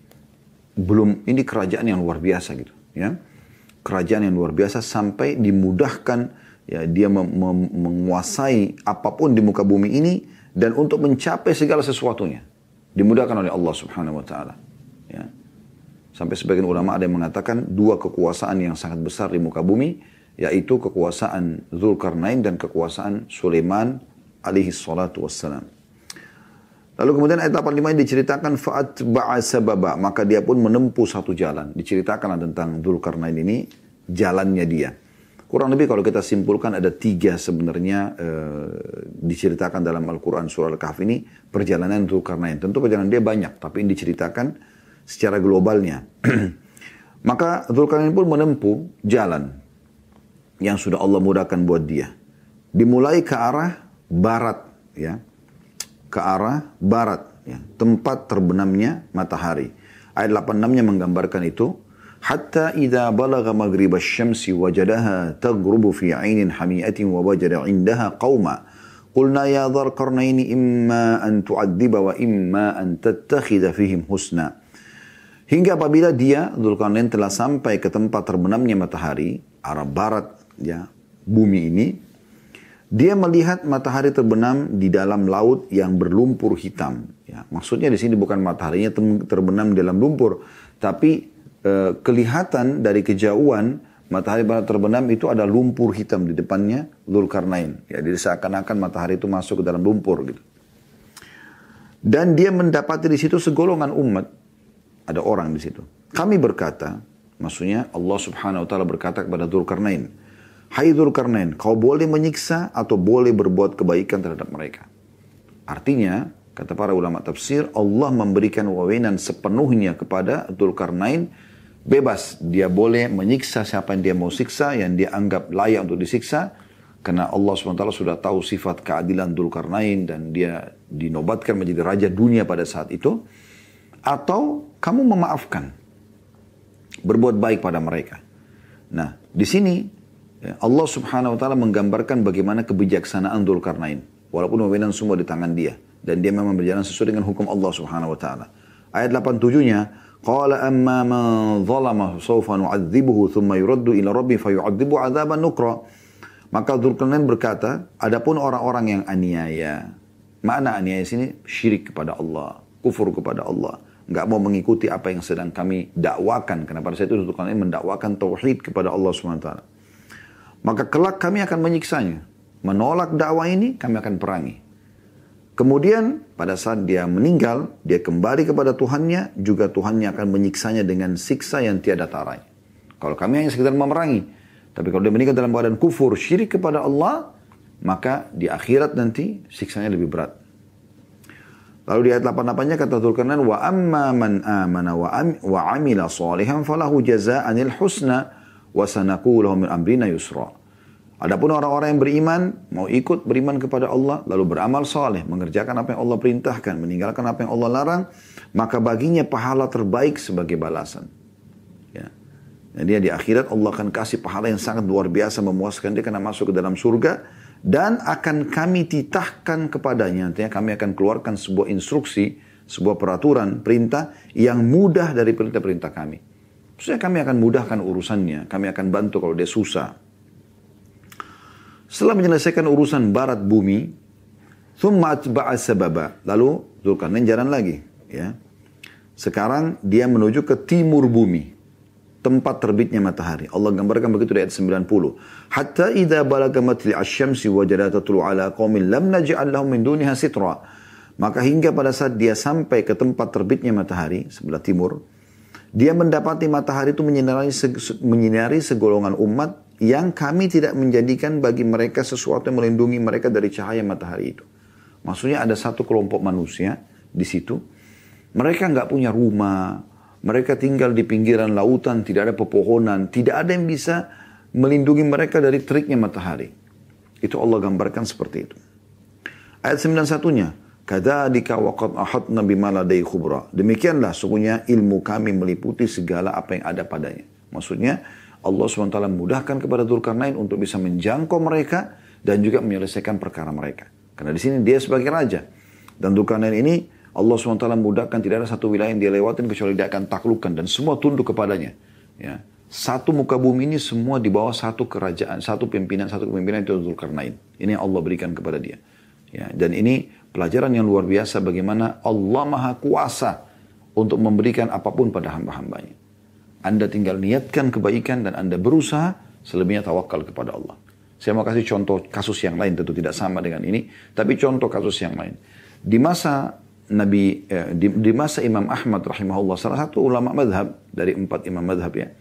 Belum, ini kerajaan yang luar biasa gitu. Ya. Kerajaan yang luar biasa sampai dimudahkan. Ya, dia mem- mem- menguasai apapun di muka bumi ini dan untuk mencapai segala sesuatunya dimudahkan oleh Allah Subhanahu wa taala. Ya. Sampai sebagian ulama ada yang mengatakan dua kekuasaan yang sangat besar di muka bumi yaitu kekuasaan Dzulqarnain dan kekuasaan Sulaiman alaihi salatu wassalam. Lalu kemudian ayat delapan puluh lima diceritakan fa'atba'a sababa, maka dia pun menempuh satu jalan. Diceritakan tentang Dzulqarnain ini jalannya dia. Kurang lebih kalau kita simpulkan ada tiga sebenarnya e, diceritakan dalam Al-Quran surah Al-Kahfi ini perjalanan Dzulqarnain. Tentu perjalanan dia banyak, tapi ini diceritakan secara globalnya. Maka Dzulqarnain pun menempuh jalan yang sudah Allah mudahkan buat dia. Dimulai ke arah barat, ya, ke arah barat, ya, tempat terbenamnya matahari. Ayat delapan puluh enam-nya menggambarkan itu. Hatta idza balagha maghrib asy-syamsi wajadaha taghrubu fi 'ainin hami'atin wa wajada 'indaha qauma qulna ya dzulqarnain imma an tu'adziba wa imma an tattakhidha fihim husna. Hingga apabila dia Dzulqarnain telah sampai ke tempat terbenamnya matahari arah barat ya bumi ini, dia melihat matahari terbenam di dalam laut yang berlumpur hitam ya. Maksudnya di sini bukan mataharinya terbenam di dalam lumpur, tapi Uh, kelihatan dari kejauhan matahari barat terbenam itu ada lumpur hitam di depannya Dzulqarnain. Ya, jadi seakan-akan matahari itu masuk ke dalam lumpur gitu. Dan dia mendapati di situ segolongan umat, ada orang di situ. Kami berkata, maksudnya Allah Subhanahu wa taala berkata kepada Dzulqarnain, "Hai Dzulqarnain, kau boleh menyiksa atau boleh berbuat kebaikan terhadap mereka." Artinya, kata para ulama tafsir, Allah memberikan wewenang sepenuhnya kepada Dzulqarnain. Bebas, dia boleh menyiksa siapa yang dia mau siksa, yang dia anggap layak untuk disiksa. Karena Allah subhanahu wa taala sudah tahu sifat keadilan Dzulqarnain dan dia dinobatkan menjadi raja dunia pada saat itu. atau kamu memaafkan, berbuat baik pada mereka. Nah, di sini ya, Allah Subhanahu wa taala menggambarkan bagaimana kebijaksanaan Dzulkarnain. Walaupun wewenang semua di tangan dia dan dia memang berjalan sesuai dengan hukum Allah Subhanahu wa taala. Ayat delapan puluh tujuh-nya, qala amma man zalama sawfa nu'adzibuhu thumma yuraddu ila rabbi fayu'adzibu 'adzaban nukra. Maka Dzulkarnain berkata, adapun orang-orang yang aniaya. Makna aniaya sini syirik kepada Allah, kufur kepada Allah, enggak mau mengikuti apa yang sedang kami dakwakan. Karena pada saat itu Dzulkarnain mendakwakan tauhid kepada Allah Subhanahu wa taala. Maka kelak kami akan menyiksanya. Menolak dakwah ini, kami akan perangi. Kemudian pada saat dia meninggal, dia kembali kepada Tuhannya, juga Tuhannya akan menyiksanya dengan siksa yang tiada tarai. Kalau kami hanya sekedar memerangi. Tapi kalau dia meninggal dalam keadaan kufur, syirik kepada Allah, maka di akhirat nanti siksanya lebih berat. Lalu di ayat delapan puluh delapan-nya kata Dzulkarnain, wa amma man amana wa, am, wa amila salihan falahu jazaa'anil husna wa sanaqulu lahu min amrina yusra. Adapun orang-orang yang beriman, mau ikut beriman kepada Allah, lalu beramal saleh, mengerjakan apa yang Allah perintahkan, meninggalkan apa yang Allah larang, maka baginya pahala terbaik sebagai balasan. Ya. Dan dia di akhirat Allah akan kasih pahala yang sangat luar biasa, memuaskan dia karena masuk ke dalam surga, dan akan kami titahkan kepadanya, artinya kami akan keluarkan sebuah instruksi, sebuah peraturan, perintah yang mudah dari perintah-perintah kami. Maksudnya kami akan mudahkan urusannya, kami akan bantu kalau dia susah. Setelah menyelesaikan urusan barat bumi, thumma atba'a sababa. Lalu Dzulkarnain jalan lagi, ya. Sekarang dia menuju ke timur bumi, tempat terbitnya matahari. Allah gambarkan begitu di ayat sembilan puluh. Hatta idza balaga matli asy-syamsi wajada tatlu ala qaumin lam naj'al lahum min duniha sitra. Maka hingga pada saat dia sampai ke tempat terbitnya matahari sebelah timur, dia mendapati matahari itu menyinari, menyinari segolongan umat yang kami tidak menjadikan bagi mereka sesuatu yang melindungi mereka dari cahaya matahari itu. Maksudnya ada satu kelompok manusia di situ. Mereka nggak punya rumah. Mereka tinggal di pinggiran lautan, tidak ada pepohonan. Tidak ada yang bisa melindungi mereka dari teriknya matahari. Itu Allah gambarkan seperti itu. Ayat sembilan puluh satu-nya. Kadzalika waqad ahadna bima ladai khubra. Demikianlah sungguhnya ilmu kami meliputi segala apa yang ada padanya. Maksudnya Allah subhanahu wa taala mudahkan kepada Dzulkarnain untuk bisa menjangkau mereka dan juga menyelesaikan perkara mereka. Karena di sini dia sebagai raja. Dan Dzulkarnain ini Allah subhanahu wa taala mudahkan, tidak ada satu wilayah yang dia lewatin kecuali dia akan taklukkan dan semua tunduk kepadanya. Ya. Satu muka bumi ini semua di bawah satu kerajaan, satu pimpinan, satu kepemimpinan itu Dzulkarnain. Ini yang Allah berikan kepada dia. Ya. Dan ini pelajaran yang luar biasa bagaimana Allah Maha Kuasa untuk memberikan apapun pada hamba-hambanya. Anda tinggal niatkan kebaikan dan Anda berusaha, selebihnya tawakal kepada Allah. Saya mau kasih contoh kasus yang lain, tentu tidak sama dengan ini, tapi contoh kasus yang lain. Di masa Nabi, eh, di, di masa Imam Ahmad rahimahullah, salah satu ulama madhab dari empat imam madhab ya,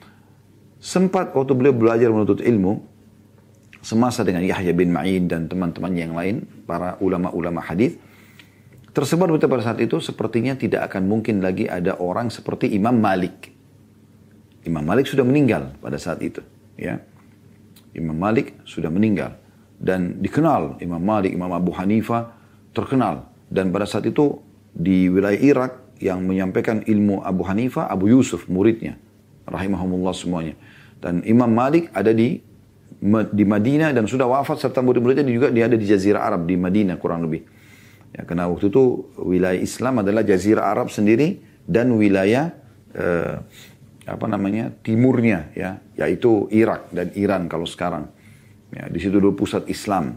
sempat waktu beliau belajar menuntut ilmu, semasa dengan Yahya bin Ma'in dan teman-teman yang lain, para ulama-ulama hadis, tersebar berita pada saat itu sepertinya tidak akan mungkin lagi ada orang seperti Imam Malik. Imam Malik sudah meninggal pada saat itu, ya. Imam Malik sudah meninggal dan dikenal Imam Malik, Imam Abu Hanifah terkenal, dan pada saat itu di wilayah Irak yang menyampaikan ilmu Abu Hanifah, Abu Yusuf muridnya, rahimahumullah semuanya. Dan Imam Malik ada di di Madinah dan sudah wafat serta murid-muridnya juga dia ada di Jazirah Arab di Madinah kurang lebih. Ya, karena waktu itu wilayah Islam adalah Jazirah Arab sendiri dan wilayah eh, apa namanya timurnya ya, yaitu Irak dan Iran kalau sekarang. Ya, di situ dulu pusat Islam.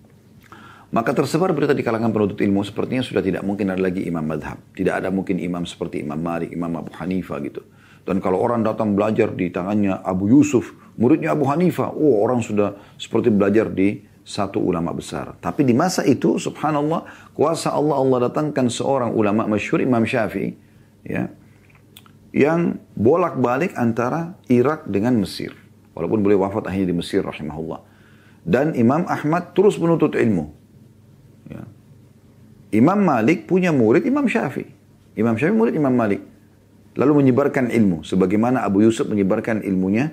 Maka tersebar berita di kalangan penuntut ilmu sepertinya sudah tidak mungkin ada lagi imam madhab. Tidak ada mungkin imam seperti Imam Malik, Imam Abu Hanifah gitu. Dan kalau orang datang belajar di tangannya Abu Yusuf, muridnya Abu Hanifah, oh orang sudah seperti belajar di satu ulama besar. Tapi di masa itu subhanallah, kuasa Allah, Allah datangkan seorang ulama masyhur, Imam Syafi'i, ya, yang bolak-balik antara Irak dengan Mesir. Walaupun beliau wafat akhirnya di Mesir rahimahullah. Dan Imam Ahmad terus menuntut ilmu. Ya. Imam Malik punya murid Imam Syafi'i. Imam Syafi'i murid Imam Malik. Lalu menyebarkan ilmu. Sebagaimana Abu Yusuf menyebarkan ilmunya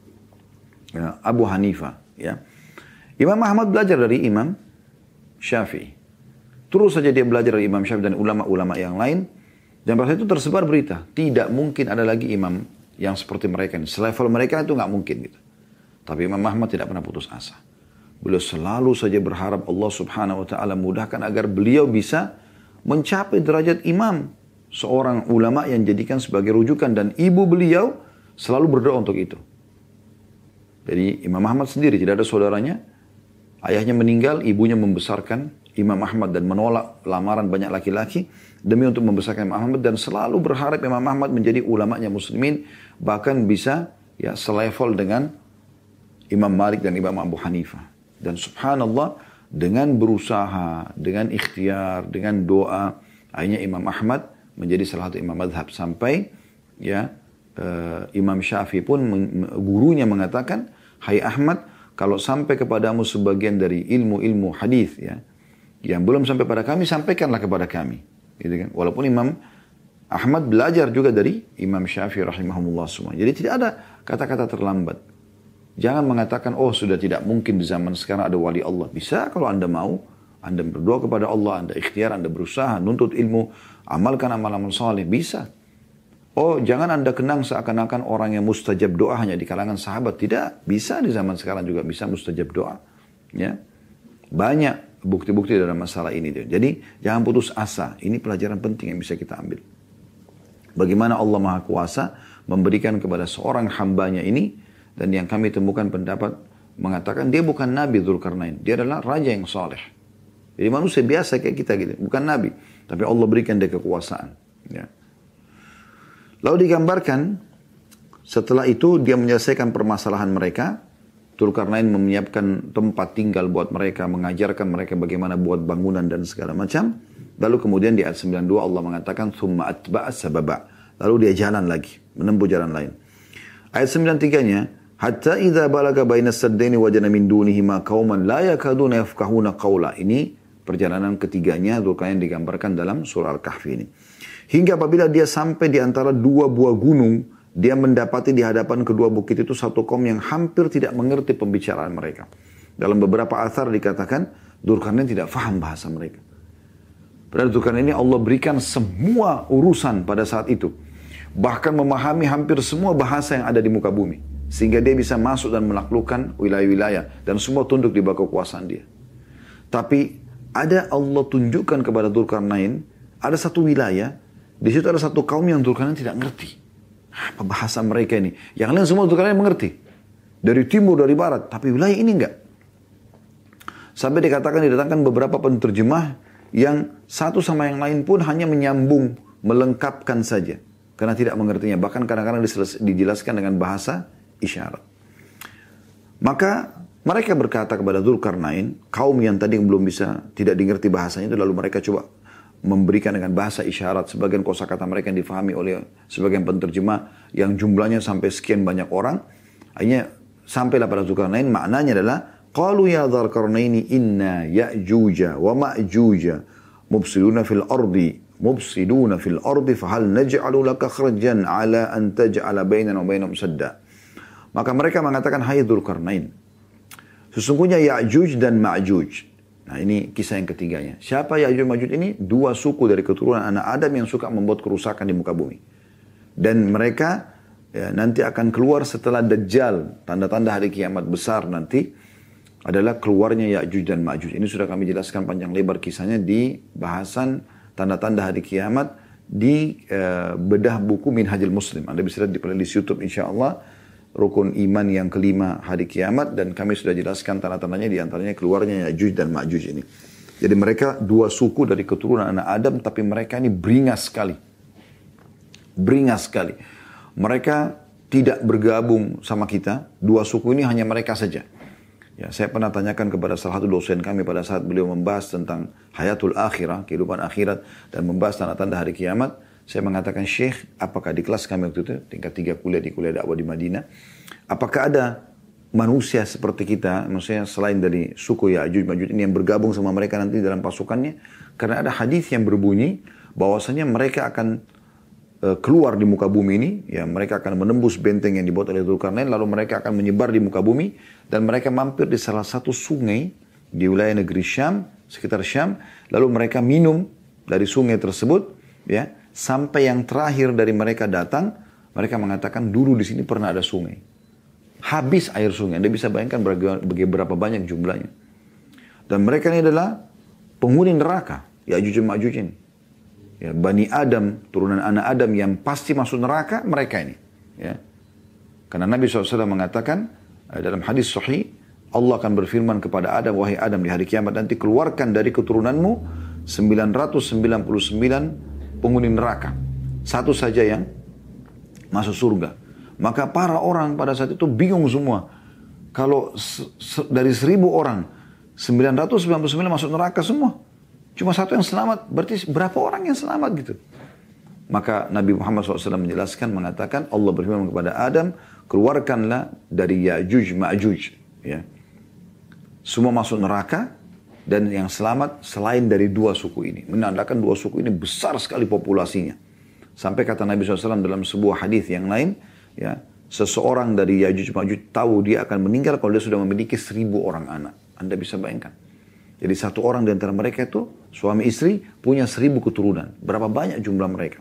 ya, Abu Hanifah. Ya. Imam Ahmad belajar dari Imam Syafi'i. Terus saja dia belajar dari Imam Syafi'i dan ulama-ulama yang lain. Dan pada saat itu tersebar berita, tidak mungkin ada lagi imam yang seperti mereka ini. Selevel mereka itu nggak mungkin gitu. Tapi Imam Ahmad tidak pernah putus asa. Beliau selalu saja berharap Allah subhanahu wa ta'ala mudahkan agar beliau bisa mencapai derajat imam. Seorang ulama yang jadikan sebagai rujukan. Dan ibu beliau selalu berdoa untuk itu. Jadi Imam Ahmad sendiri tidak ada saudaranya. Ayahnya meninggal, ibunya membesarkan Imam Ahmad dan menolak lamaran banyak laki-laki demi untuk membesarkan Imam Ahmad. Dan selalu berharap Imam Ahmad menjadi ulamanya muslimin. Bahkan bisa ya selevel dengan Imam Malik dan Imam Abu Hanifah. Dan subhanallah, dengan berusaha, dengan ikhtiar, dengan doa, akhirnya Imam Ahmad menjadi salah satu imam madhab. Sampai ya uh, Imam Syafi'i pun gurunya mengatakan, hai Ahmad, kalau sampai kepadamu sebagian dari ilmu-ilmu hadis ya, yang belum sampai pada kami, sampaikanlah kepada kami. Gitu kan? Walaupun Imam Ahmad belajar juga dari Imam Syafi'i rahimahumullah semua. Jadi tidak ada kata-kata terlambat. Jangan mengatakan, oh sudah tidak mungkin di zaman sekarang ada wali Allah. Bisa kalau Anda mau, Anda berdoa kepada Allah, Anda ikhtiar, Anda berusaha, nuntut ilmu, amalkan amal-amal saleh, bisa. Oh jangan Anda kenang seakan-akan orang yang mustajab doa hanya di kalangan sahabat. Tidak, bisa di zaman sekarang juga bisa mustajab doa. Ya, banyak bukti-bukti dalam masalah ini. Jadi jangan putus asa, ini pelajaran penting yang bisa kita ambil. Bagaimana Allah Maha Kuasa memberikan kepada seorang hambanya ini. Dan yang kami temukan pendapat mengatakan dia bukan Nabi Dzulkarnain. Dia adalah raja yang saleh. Jadi manusia biasa kayak kita gitu. Bukan Nabi. Tapi Allah berikan dia kekuasaan. Ya. Lalu digambarkan setelah itu dia menyelesaikan permasalahan mereka. Dzulkarnain menyiapkan tempat tinggal buat mereka. Mengajarkan mereka bagaimana buat bangunan dan segala macam. Lalu kemudian di ayat sembilan puluh dua Allah mengatakan Thumma atba'a sababa. Lalu dia jalan lagi. Menempuh jalan lain. Ayat sembilan puluh tiga-nya. Hatta idza balaga bainas saddaini wajana min dunihima qauman la yakaduna yafqahuna qawla. Ini perjalanan ketiganya Dzulkarnain digambarkan dalam surah Al-Kahfi ini. Hingga apabila dia sampai di antara dua buah gunung, dia mendapati di hadapan kedua bukit itu satu kaum yang hampir tidak mengerti pembicaraan mereka. Dalam beberapa athar dikatakan Dzulkarnain tidak faham bahasa mereka. Padahal Dzulkarnain ini Allah berikan semua urusan pada saat itu. Bahkan memahami hampir semua bahasa yang ada di muka bumi. Sehingga dia bisa masuk dan menaklukkan wilayah-wilayah. Dan semua tunduk di bawah kekuasaan dia. Tapi ada Allah tunjukkan kepada Dzulkarnain. Ada satu wilayah. Di situ ada satu kaum yang Dzulkarnain tidak ngerti. Apa bahasa mereka ini? Yang lain semua Dzulkarnain mengerti. Dari timur, dari barat. Tapi wilayah ini enggak. Sampai dikatakan didatangkan beberapa penterjemah. Yang satu sama yang lain pun hanya menyambung. Melengkapkan saja. Karena tidak mengertinya. Bahkan kadang-kadang dijelaskan dengan bahasa isyarat. Maka mereka berkata kepada Dzulkarnain, kaum yang tadi belum bisa, tidak dimengerti bahasanya itu, lalu mereka coba memberikan dengan bahasa isyarat. Sebagian kosakata mereka yang difahami oleh sebagian penterjemah yang jumlahnya sampai sekian banyak orang. Akhirnya sampailah pada Dzulkarnain, maknanya adalah qalu ya Dzulkarnaini inna ya'juja wa ma'juja mufsiduna fil ardi mufsiduna fil ardi fahal naj'alu laka kharajan ala an taj'ala bainana wa bainahum sadda. Maka mereka mengatakan, hai Dzulkarnain, sesungguhnya Ya'juj dan Ma'juj. Nah ini kisah yang ketiganya. Siapa Ya'juj dan Ma'juj ini? Dua suku dari keturunan anak Adam yang suka membuat kerusakan di muka bumi. Dan mereka ya, nanti akan keluar setelah Dajjal. Tanda-tanda hari kiamat besar nanti adalah keluarnya Ya'juj dan Ma'juj. Ini sudah kami jelaskan panjang lebar kisahnya di bahasan tanda-tanda hari kiamat di uh, bedah buku Minhajul Muslim. Anda bisa lihat di playlist YouTube insyaAllah. Rukun iman yang kelima hari kiamat. Dan kami sudah jelaskan tanda-tandanya, diantaranya keluarnya Ya'juj dan Ma'juj ini. Jadi mereka dua suku dari keturunan anak Adam. Tapi mereka ini beringas sekali. Beringas sekali. Mereka tidak bergabung sama kita. Dua suku ini hanya mereka saja. Ya, saya pernah tanyakan kepada salah satu dosen kami pada saat beliau membahas tentang hayatul akhirah, kehidupan akhirat. Dan membahas tanda-tanda hari kiamat. Saya mengatakan, Syekh, apakah di kelas kami waktu itu, tingkat tiga kuliah di kuliah dakwah di Madinah, apakah ada manusia seperti kita, maksudnya selain dari suku Ya'juj Ma'juj ini yang bergabung sama mereka nanti dalam pasukannya? Karena ada hadis yang berbunyi, bahwasanya mereka akan uh, keluar di muka bumi ini, ya mereka akan menembus benteng yang dibuat oleh Dzulkarnain, lalu mereka akan menyebar di muka bumi, dan mereka mampir di salah satu sungai di wilayah negeri Syam, sekitar Syam, lalu mereka minum dari sungai tersebut, ya. sampai yang terakhir dari mereka datang, mereka mengatakan dulu di sini pernah ada sungai. Habis air sungai. Anda bisa bayangkan berapa banyak jumlahnya. Dan mereka ini adalah penghuni neraka. Ya'juj dan Ma'juj ini. Ya, Bani Adam, turunan anak Adam yang pasti masuk neraka, mereka ini. Ya. Karena Nabi shallallahu alaihi wasallam mengatakan dalam hadis sahih, Allah akan berfirman kepada Adam, wahai Adam, di hari kiamat nanti keluarkan dari keturunanmu sembilan ratus sembilan puluh sembilan penghuni neraka. Satu saja yang masuk surga. Maka para orang pada saat itu bingung semua. Kalau dari seribu orang, sembilan ratus sembilan puluh sembilan masuk neraka semua. Cuma satu yang selamat, berarti berapa orang yang selamat gitu. Maka Nabi Muhammad shallallahu alaihi wasallam menjelaskan, mengatakan Allah berfirman kepada Adam, keluarkanlah dari Ya'juj Ma'juj. Ya. Semua masuk neraka dan yang selamat selain dari dua suku ini. Menandakan dua suku ini besar sekali populasinya. Sampai kata Nabi shallallahu alaihi wasallam dalam sebuah hadis yang lain, ya, seseorang dari Ya'juj Ma'juj tahu dia akan meninggal kalau dia sudah memiliki seribu orang anak. Anda bisa bayangkan. Jadi satu orang di antara mereka itu, suami istri, punya seribu keturunan. Berapa banyak jumlah mereka.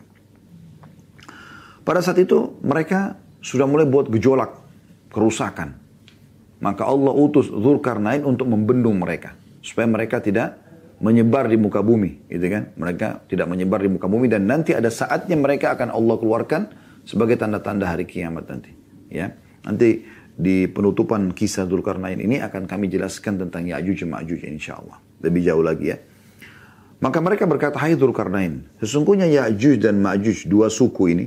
Pada saat itu, mereka sudah mulai buat gejolak, kerusakan. Maka Allah utus Dzulkarnain untuk membendung mereka. Supaya mereka tidak menyebar di muka bumi. Gitu kan? Mereka tidak menyebar di muka bumi. Dan nanti ada saatnya mereka akan Allah keluarkan sebagai tanda-tanda hari kiamat nanti. Ya, nanti di penutupan kisah Dzulkarnain ini akan kami jelaskan tentang Ya'juj dan Ma'juj insyaAllah. Lebih jauh lagi ya. Maka mereka berkata, hai Dzulkarnain, sesungguhnya Ya'juj dan Ma'juj, dua suku ini,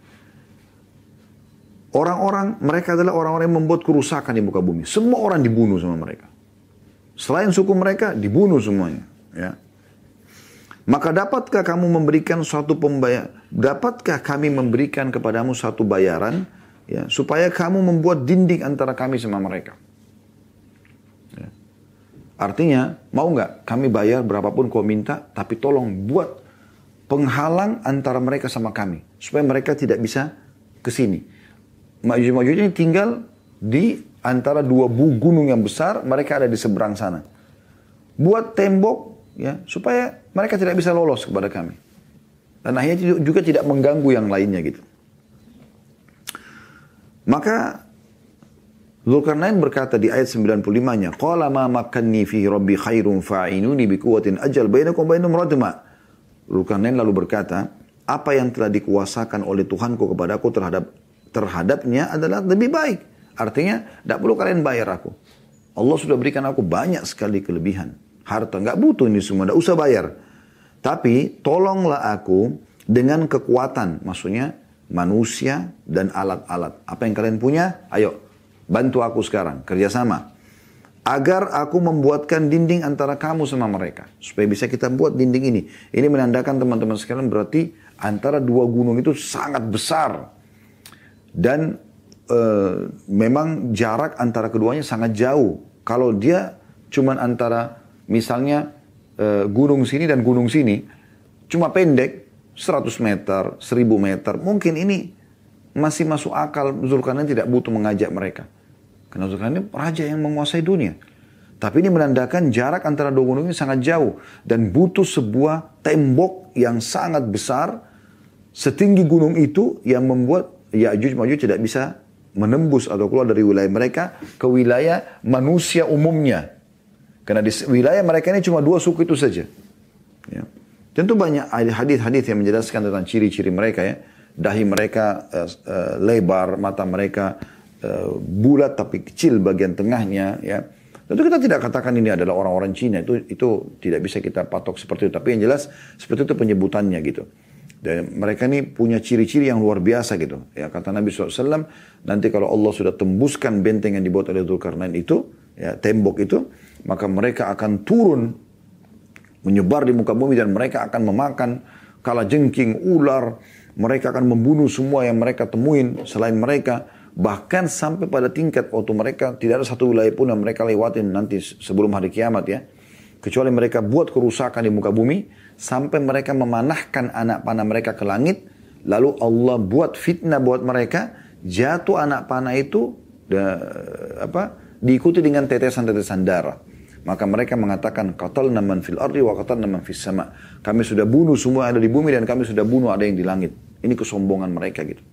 orang-orang, mereka adalah orang-orang yang membuat kerusakan di muka bumi. Semua orang dibunuh sama mereka. Selain suku mereka, dibunuh semuanya. Ya. Maka dapatkah kamu memberikan suatu pembayar, dapatkah kami memberikan kepadamu satu bayaran, ya, supaya kamu membuat dinding antara kami sama mereka. Ya. Artinya, mau nggak kami bayar berapapun kau minta, tapi tolong buat penghalang antara mereka sama kami, supaya mereka tidak bisa ke sini. Ma'juj ini tinggal di antara dua gunung yang besar, mereka ada di seberang sana. Buat tembok, ya, supaya mereka tidak bisa lolos kepada kami. Dan akhirnya juga tidak mengganggu yang lainnya gitu. Maka Dzulkarnain berkata di ayat sembilan puluh lima-nya, qala ma makanni fihi rabbi khairun fa'inuni biquwwatin ajal bainakum bainum radma. Dzulkarnain lalu berkata, apa yang telah dikuasakan oleh Tuhanku kepadaku terhadap terhadapnya adalah lebih baik. Artinya, tidak perlu kalian bayar aku. Allah sudah berikan aku banyak sekali kelebihan. Harta, nggak butuh ini semua, tidak usah bayar. Tapi, tolonglah aku dengan kekuatan. Maksudnya, manusia dan alat-alat. Apa yang kalian punya? Ayo, bantu aku sekarang, kerjasama. Agar aku membuatkan dinding antara kamu sama mereka. Supaya bisa kita buat dinding ini. Ini menandakan teman-teman sekalian berarti antara dua gunung itu sangat besar. Dan e, memang jarak antara keduanya sangat jauh. Kalau dia cuma antara misalnya e, gunung sini dan gunung sini, cuma pendek, seratus meter, seribu meter. Mungkin ini masih masuk akal. Dzulkarnain tidak butuh mengajak mereka. Karena Dzulkarnain ini raja yang menguasai dunia. Tapi ini menandakan jarak antara dua gunung ini sangat jauh. Dan butuh sebuah tembok yang sangat besar. Setinggi gunung itu yang membuat Ya'juj Ma'juj tidak bisa menembus atau keluar dari wilayah mereka ke wilayah manusia umumnya. Karena di wilayah mereka ini cuma dua suku itu saja. Ya. Tentu banyak hadis-hadis yang menjelaskan tentang ciri-ciri mereka ya. Dahi mereka uh, uh, lebar, mata mereka uh, bulat tapi kecil bagian tengahnya ya. Tentu kita tidak katakan ini adalah orang-orang Cina, itu itu tidak bisa kita patok seperti itu. Tapi yang jelas seperti itu penyebutannya gitu. Dan mereka ini punya ciri-ciri yang luar biasa gitu. Ya, kata Nabi shallallahu alaihi wasallam, nanti kalau Allah sudah tembuskan benteng yang dibuat oleh Dzulkarnain itu, ya, tembok itu, maka mereka akan turun, menyebar di muka bumi dan mereka akan memakan kalajengking, ular. Mereka akan membunuh semua yang mereka temuin selain mereka. Bahkan sampai pada tingkat waktu mereka tidak ada satu wilayah pun yang mereka lewatin nanti sebelum hari kiamat ya. Kecuali mereka buat kerusakan di muka bumi, sampai mereka memanahkan anak panah mereka ke langit, lalu Allah buat fitnah buat mereka, jatuh anak panah itu, da, apa, diikuti dengan tetesan-tetesan darah. Maka mereka mengatakan, qatalna man fil ardi wa qatalna man fis sama. Kami sudah bunuh semua yang ada di bumi dan kami sudah bunuh ada yang di langit. Ini kesombongan mereka gitu.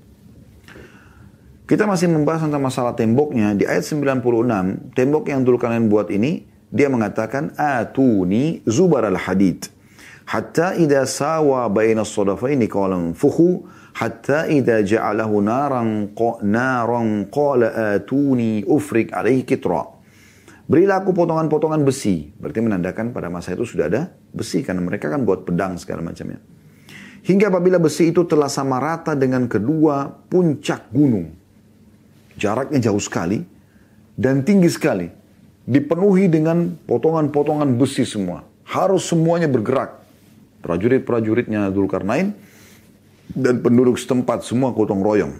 Kita masih membahas tentang masalah temboknya. Di ayat sembilan puluh enam, tembok yang Dzulkarnain buat ini, dia mengatakan, atuni zubar al-hadid. Hatta idha sawa baina as-sadafaini qala anfukhu. Hatta idha ja'alahu naran, naran qala atuni ufrik alaihi kitra. Berilah aku potongan-potongan besi. Berarti menandakan pada masa itu sudah ada besi. Karena mereka kan buat pedang segala macamnya. Hingga apabila besi itu telah sama rata dengan kedua puncak gunung. Jaraknya jauh sekali. Dan tinggi sekali. Dipenuhi dengan potongan-potongan besi semua. Harus semuanya bergerak. Prajurit-prajuritnya Dzulkarnain. Dan penduduk setempat semua gotong royong.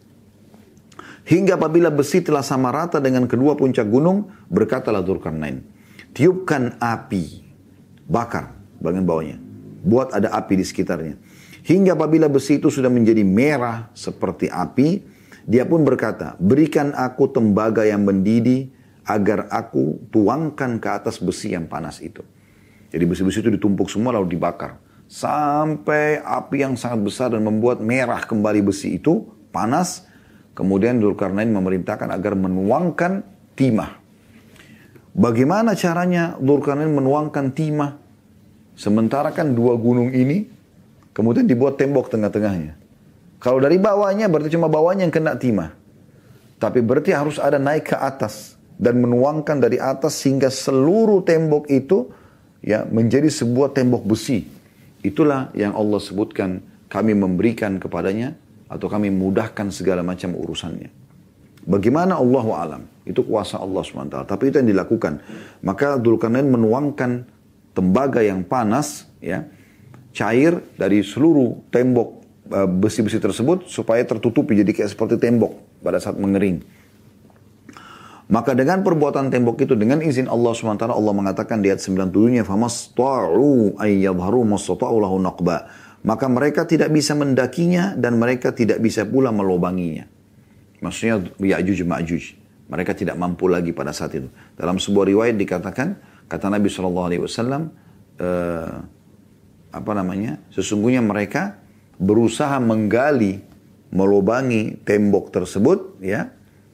Hingga apabila besi telah sama rata dengan kedua puncak gunung, berkatalah Dzulkarnain, tiupkan api, bakar bagian bawahnya, buat ada api di sekitarnya. Hingga apabila besi itu sudah menjadi merah seperti api, dia pun berkata, berikan aku tembaga yang mendidih, agar aku tuangkan ke atas besi yang panas itu. Jadi besi-besi itu ditumpuk semua lalu dibakar. Sampai api yang sangat besar dan membuat merah kembali besi itu, panas. Kemudian Dzulkarnain memerintahkan agar menuangkan timah. Bagaimana caranya Dzulkarnain menuangkan timah? Sementara kan dua gunung ini, kemudian dibuat tembok tengah-tengahnya. Kalau dari bawahnya berarti cuma bawahnya yang kena timah. Tapi berarti harus ada naik ke atas. Dan menuangkan dari atas sehingga seluruh tembok itu ya menjadi sebuah tembok besi. Itulah yang Allah sebutkan kami memberikan kepadanya. Atau kami mudahkan segala macam urusannya. Bagaimana Allahu alam? Itu kuasa Allah subhanahu wa taala. Tapi itu yang dilakukan. Maka Dzulkarnain menuangkan tembaga yang panas, ya, cair dari seluruh tembok besi-besi tersebut supaya tertutupi jadi kayak seperti tembok pada saat mengering. Maka dengan perbuatan tembok itu, dengan izin Allah subhanahu wa taala, Allah mengatakan di ayat sembilan puluh-nya, famasta'u ayyadharu mastata'u lahu naqba. Maka mereka tidak bisa mendakinya dan mereka tidak bisa pula melobanginya. Maksudnya Ya'juj Ma'juj. Mereka tidak mampu lagi pada saat itu. Dalam sebuah riwayat dikatakan, kata Nabi shallallahu alaihi wasallam, eh, apa namanya? Sesungguhnya mereka berusaha menggali, melobangi tembok tersebut, ya.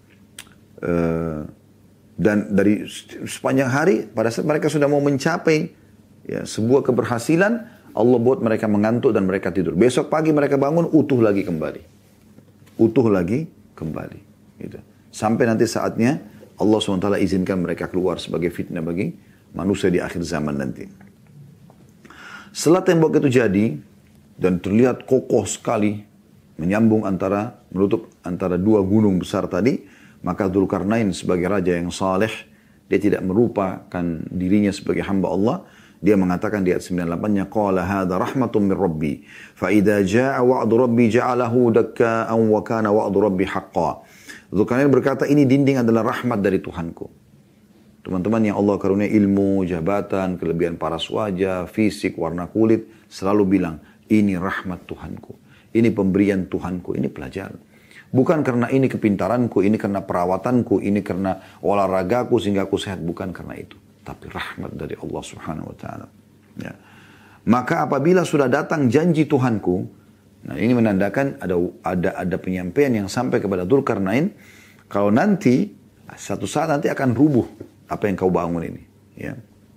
Eh, dan dari sepanjang hari, pada saat mereka sudah mau mencapai ya, sebuah keberhasilan, Allah buat mereka mengantuk dan mereka tidur. Besok pagi mereka bangun, utuh lagi kembali. Utuh lagi kembali. Gitu. Sampai nanti saatnya Allah subhanahu wa taala izinkan mereka keluar sebagai fitnah bagi manusia di akhir zaman nanti. Setelah tembok itu jadi, dan terlihat kokoh sekali, menyambung antara, menutup antara dua gunung besar tadi, maka Dzulkarnain sebagai raja yang saleh, dia tidak merupakan dirinya sebagai hamba Allah. Dia mengatakan di ayat sembilan puluh delapan-nya, qala hadza rahmatun min rabbi, fa idza jaa wa'du rabbi ja'alahu dakka'an wa kana wa'du rabbi haqqan. Dzulkarnain berkata, ini dinding adalah rahmat dari Tuhanku. Teman-teman yang Allah karunia ilmu, jabatan, kelebihan paras wajah, fisik, warna kulit, selalu bilang, ini rahmat Tuhanku. Ini pemberian Tuhanku, ini pelajaran. Bukan karena ini kepintaranku, ini karena perawatanku, ini karena olahragaku sehingga aku sehat. Bukan karena itu. Tapi rahmat dari Allah subhanahu wa ta'ala. Ya. Maka apabila sudah datang janji Tuhanku, nah ini menandakan ada ada ada penyampaian yang sampai kepada Dzulkarnain, kalau nanti, satu saat nanti akan rubuh apa yang kau bangun ini. Ya.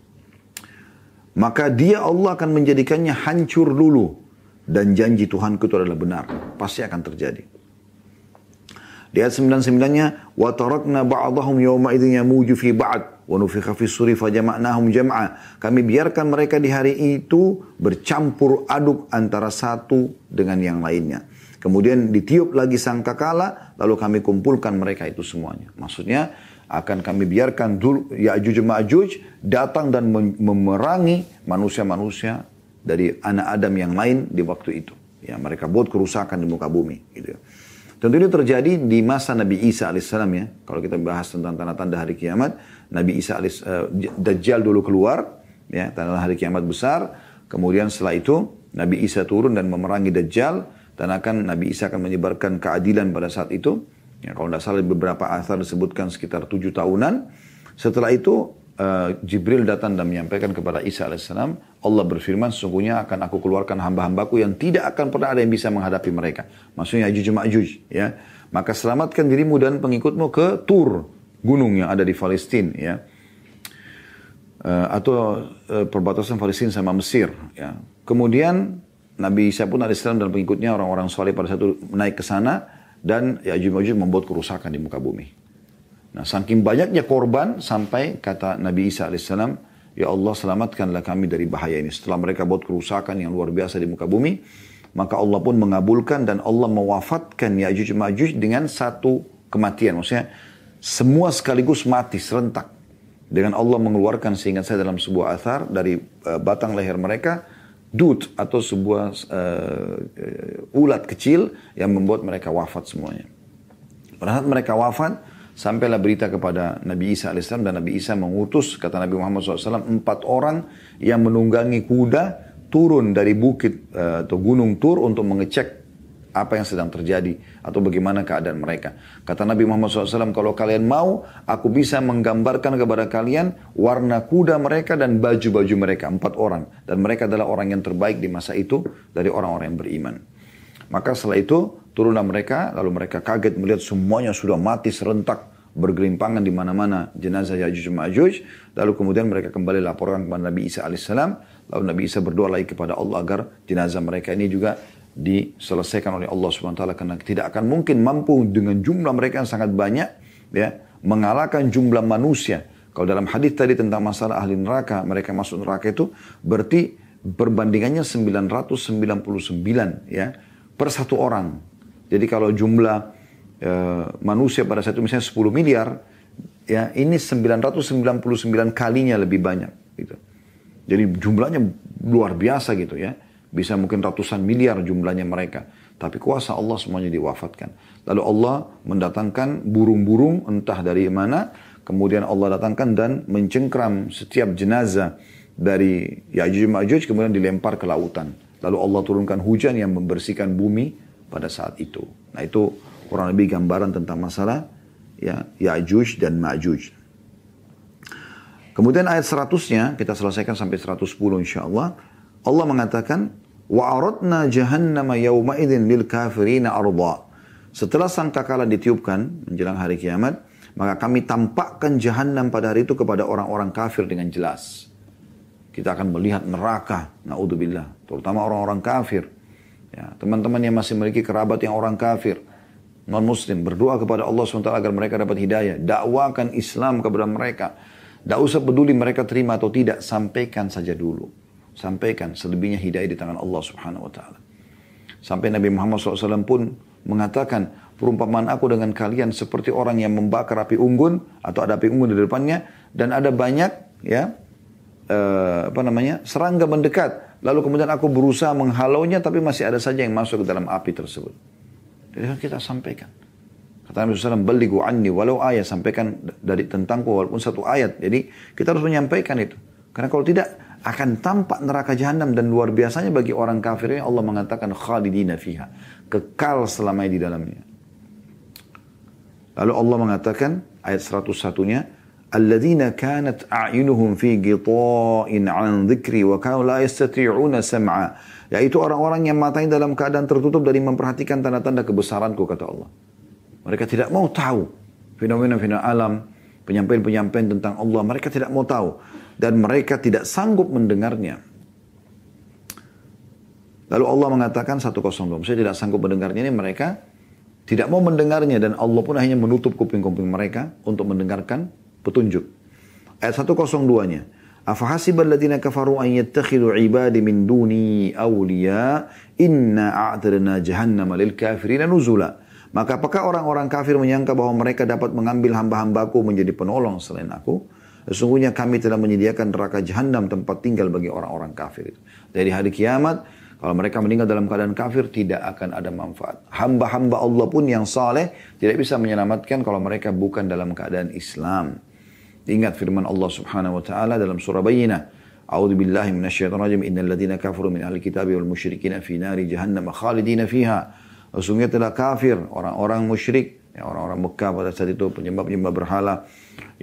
Maka dia Allah akan menjadikannya hancur dulu. Dan janji Tuhanku itu adalah benar. Pasti akan terjadi. Di ayat sembilan puluh sembilan-nya, وَتَرَكْنَا بَعْضَهُمْ يَوْمَئِذٍ يَمُوجُ فِي بَعْضٍ وَنُفِخَ فِي الصُّورِ فَجَمَعْنَاهُمْ جَمْعًا. Kami biarkan mereka di hari itu bercampur aduk antara satu dengan yang lainnya. Kemudian ditiup lagi sangkakala, lalu kami kumpulkan mereka itu semuanya. Maksudnya, akan kami biarkan Ya'juj Ma'juj datang dan memerangi manusia-manusia dari anak Adam yang lain di waktu itu. Ya, mereka buat kerusakan di muka bumi. Gitu. Tentu ini terjadi di masa Nabi Isa alaihissalam ya. Kalau kita bahas tentang tanda-tanda hari kiamat, Nabi Isa alaihissalam, uh, Dajjal dulu keluar, ya, tanda hari kiamat besar. Kemudian setelah itu Nabi Isa turun dan memerangi Dajjal, dan akan Nabi Isa akan menyebarkan keadilan pada saat itu. Ya, kalau tidak salah beberapa asar disebutkan sekitar tujuh tahunan. Setelah itu uh, Jibril datang dan menyampaikan kepada Isa alaihissalam, Allah berfirman, sesungguhnya akan aku keluarkan hamba-hambaku yang tidak akan pernah ada yang bisa menghadapi mereka. Maksudnya Ya'juj Ma'juj. Ya. Maka selamatkan dirimu dan pengikutmu ke Tur, gunung yang ada di Palestina. Ya. Uh, atau uh, perbatasan Palestina sama Mesir. Ya. Kemudian Nabi Isa pun alaihissalam dan pengikutnya orang-orang soleh pada satu naik ke sana dan Ya'juj Ma'juj membuat kerusakan di muka bumi. Nah, saking banyaknya korban sampai kata Nabi Isa alaihissalam, ya Allah selamatkanlah kami dari bahaya ini. Setelah mereka buat kerusakan yang luar biasa di muka bumi, maka Allah pun mengabulkan dan Allah mewafatkan Ya'juj Ma'juj dengan satu kematian. Maksudnya semua sekaligus mati serentak. Dengan Allah mengeluarkan, seingat saya dalam sebuah athar dari uh, batang leher mereka, dud atau sebuah uh, uh, ulat kecil yang membuat mereka wafat semuanya. Pada saat mereka wafat, sampailah berita kepada Nabi Isa alaihissalam dan Nabi Isa mengutus, kata Nabi Muhammad shallallahu alaihi wasallam, empat orang yang menunggangi kuda turun dari bukit uh, atau gunung Tur untuk mengecek apa yang sedang terjadi atau bagaimana keadaan mereka. Kata Nabi Muhammad shallallahu alaihi wasallam, kalau kalian mau, aku bisa menggambarkan kepada kalian warna kuda mereka dan baju-baju mereka, empat orang. Dan mereka adalah orang yang terbaik di masa itu dari orang-orang yang beriman. Maka setelah itu turunlah mereka, lalu mereka kaget melihat semuanya sudah mati serentak, bergelimpangan di mana-mana jenazah Ya'juj Ma'juj. Lalu kemudian mereka kembali laporkan kepada Nabi Isa alaihissalam. Lalu Nabi Isa berdoa lagi kepada Allah agar jenazah mereka ini juga diselesaikan oleh Allah subhanahu wa taala, karena tidak akan mungkin mampu dengan jumlah mereka yang sangat banyak ya mengalahkan jumlah manusia. Kalau dalam hadis tadi tentang masalah ahli neraka, mereka masuk neraka itu berarti perbandingannya sembilan ratus sembilan puluh sembilan ya per satu orang. Jadi kalau jumlah e, manusia pada saat itu misalnya sepuluh miliar, ya ini sembilan ratus sembilan puluh sembilan kalinya lebih banyak gitu. Jadi jumlahnya luar biasa gitu ya. Bisa mungkin ratusan miliar jumlahnya mereka. Tapi kuasa Allah semuanya diwafatkan. Lalu Allah mendatangkan burung-burung entah dari mana. Kemudian Allah datangkan dan mencengkram setiap jenazah dari Ya'juj Ma'juj, kemudian dilempar ke lautan. Lalu Allah turunkan hujan yang membersihkan bumi pada saat itu. Nah itu kurang lebih gambaran tentang masalah ya, Ya'juj dan Ma'juj. Kemudian ayat seratusnya kita selesaikan sampai seratus sepuluh insyaAllah. Allah mengatakan, وَأَرَدْنَا جَهَنَّمَ يَوْمَئِذٍ لِلْكَافِرِينَ أَرْضًا. Setelah sangkakala ditiupkan menjelang hari kiamat, maka kami tampakkan Jahannam pada hari itu kepada orang-orang kafir dengan jelas. Kita akan melihat neraka, na'udzubillah, terutama orang-orang kafir. Ya, teman-teman yang masih memiliki kerabat yang orang kafir, non-muslim, berdoa kepada Allah subhanahu wa taala agar mereka dapat hidayah. Dakwakan Islam kepada mereka. Tidak usah peduli mereka terima atau tidak, sampaikan saja dulu. Sampaikan, selebihnya hidayah di tangan Allah subhanahu wa ta'ala. Sampai Nabi Muhammad shallallahu alaihi wasallam pun mengatakan, perumpamaan aku dengan kalian seperti orang yang membakar api unggun, atau ada api unggun di depannya, dan ada banyak ya uh, apa namanya serangga mendekat. Lalu kemudian aku berusaha menghalaunya, tapi masih ada saja yang masuk ke dalam api tersebut. Jadi kita sampaikan. Kata Nabi shallallahu alaihi wasallam, "Ballighu anni walau ayat." Sampaikan dari tentangku walaupun satu ayat. Jadi kita harus menyampaikan itu. Karena kalau tidak, akan tampak neraka Jahannam, dan luar biasanya bagi orang kafir ini Allah mengatakan khalidina fiha, kekal selamanya di dalamnya. Lalu Allah mengatakan ayat seratus satu-nya, alladzina kanat a'yunuhum fi ghita'in 'an dzikri wa kanu la yastati'una sam'a, yaitu orang-orang yang matanya dalam keadaan tertutup dari memperhatikan tanda-tanda kebesaranku, kata Allah. Mereka tidak mau tahu fenomena-fenomena alam, penyampaian-penyampaian tentang Allah, mereka tidak mau tahu. Dan mereka tidak sanggup mendengarnya. Lalu Allah mengatakan seratus dua, saya tidak sanggup mendengarnya, ini mereka tidak mau mendengarnya, dan Allah pun hanya menutup kuping-kuping mereka untuk mendengarkan petunjuk. Ayat seratus dua-nya, afahasibal ladzina kafaru an yattakhidhu ibadi min duni awliya inna a'tadna jahannama lil kafirina nuzula. Maka apakah orang-orang kafir menyangka bahwa mereka dapat mengambil hamba-hambaku menjadi penolong selain aku? Sesungguhnya kami telah menyediakan neraka Jahannam tempat tinggal bagi orang-orang kafir itu. Dari hari kiamat, kalau mereka meninggal dalam keadaan kafir, tidak akan ada manfaat. Hamba-hamba Allah pun yang saleh tidak bisa menyelamatkan kalau mereka bukan dalam keadaan Islam. Ingat firman Allah subhanahu wa ta'ala dalam surah Bayyinah. A'udzu billahi minasyaitonir rajim. Innal ladzina kafaru min ahli kitabi wal musyrikina fi nari jahannam khalidina fiha. Sesungguhnya telah kafir orang-orang musyrik, ya, orang-orang Mekah pada saat itu penyembah-penyembah berhala, ya,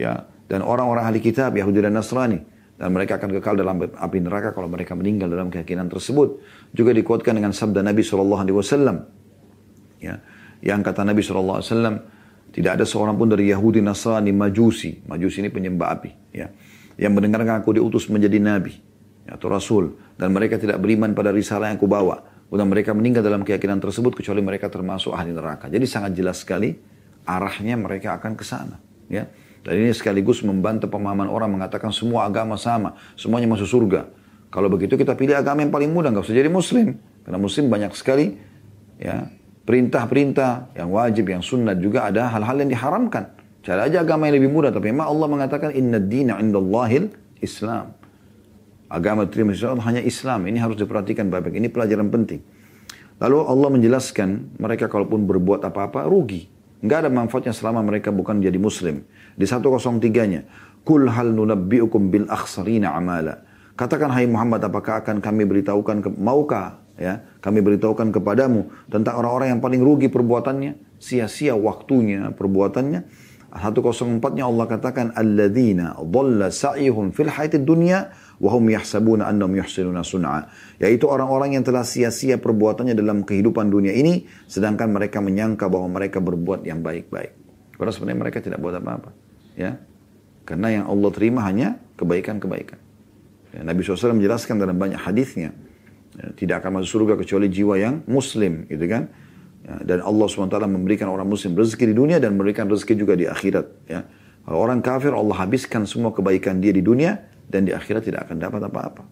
dan orang-orang ahli kitab, Yahudi dan Nasrani. Dan mereka akan kekal dalam api neraka kalau mereka meninggal dalam keyakinan tersebut. Juga dikuatkan dengan sabda Nabi shallallahu alaihi wasallam. Ya, yang kata Nabi shallallahu alaihi wasallam, tidak ada seorang pun dari Yahudi, Nasrani, Majusi. Majusi ini penyembah api. Ya, yang mendengarkan aku diutus menjadi Nabi ya, atau Rasul. Dan mereka tidak beriman pada risalah yang aku bawa. Dan mereka meninggal dalam keyakinan tersebut kecuali mereka termasuk ahli neraka. Jadi sangat jelas sekali arahnya mereka akan ke sana. Ya. Dan ini sekaligus membantah pemahaman orang mengatakan semua agama sama, semuanya masuk surga. Kalau begitu kita pilih agama yang paling mudah, nggak usah jadi muslim. Karena muslim banyak sekali ya perintah-perintah yang wajib, yang sunnah, juga ada hal-hal yang diharamkan. Cari aja agama yang lebih mudah, tapi memang Allah mengatakan inna dina indallahil Islam. Agama terima Allah hanya Islam. Ini harus diperhatikan baik-baik. Ini pelajaran penting. Lalu Allah menjelaskan mereka kalaupun berbuat apa-apa rugi. Nggak ada manfaatnya selama mereka bukan jadi muslim. Di seratus tiga-nya, Kul hal nunabbi'ukum bil akhsarina amala. Katakan hai Muhammad, apakah akan kami beritahukan, ke, maukah ya, kami beritahukan kepadamu tentang orang-orang yang paling rugi perbuatannya, sia-sia waktunya perbuatannya. seratus empat-nya Allah katakan alladzina dhalla sa'yuhum fil hayatid dunya wa hum yahsabuna annahum yuhsinuna sun'a, yaitu orang-orang yang telah sia-sia perbuatannya dalam kehidupan dunia ini sedangkan mereka menyangka bahwa mereka berbuat yang baik-baik. Padahal sebenarnya mereka tidak buat apa-apa, ya. Karena yang Allah terima hanya kebaikan-kebaikan. Ya, Nabi shallallahu alaihi wasallam menjelaskan dalam banyak hadisnya, ya, tidak akan masuk surga kecuali jiwa yang muslim, gitu kan. Ya, dan Allah subhanahu wa taala memberikan orang muslim rezeki di dunia dan memberikan rezeki juga di akhirat. Ya. Kalau orang kafir, Allah habiskan semua kebaikan dia di dunia dan di akhirat tidak akan dapat apa-apa.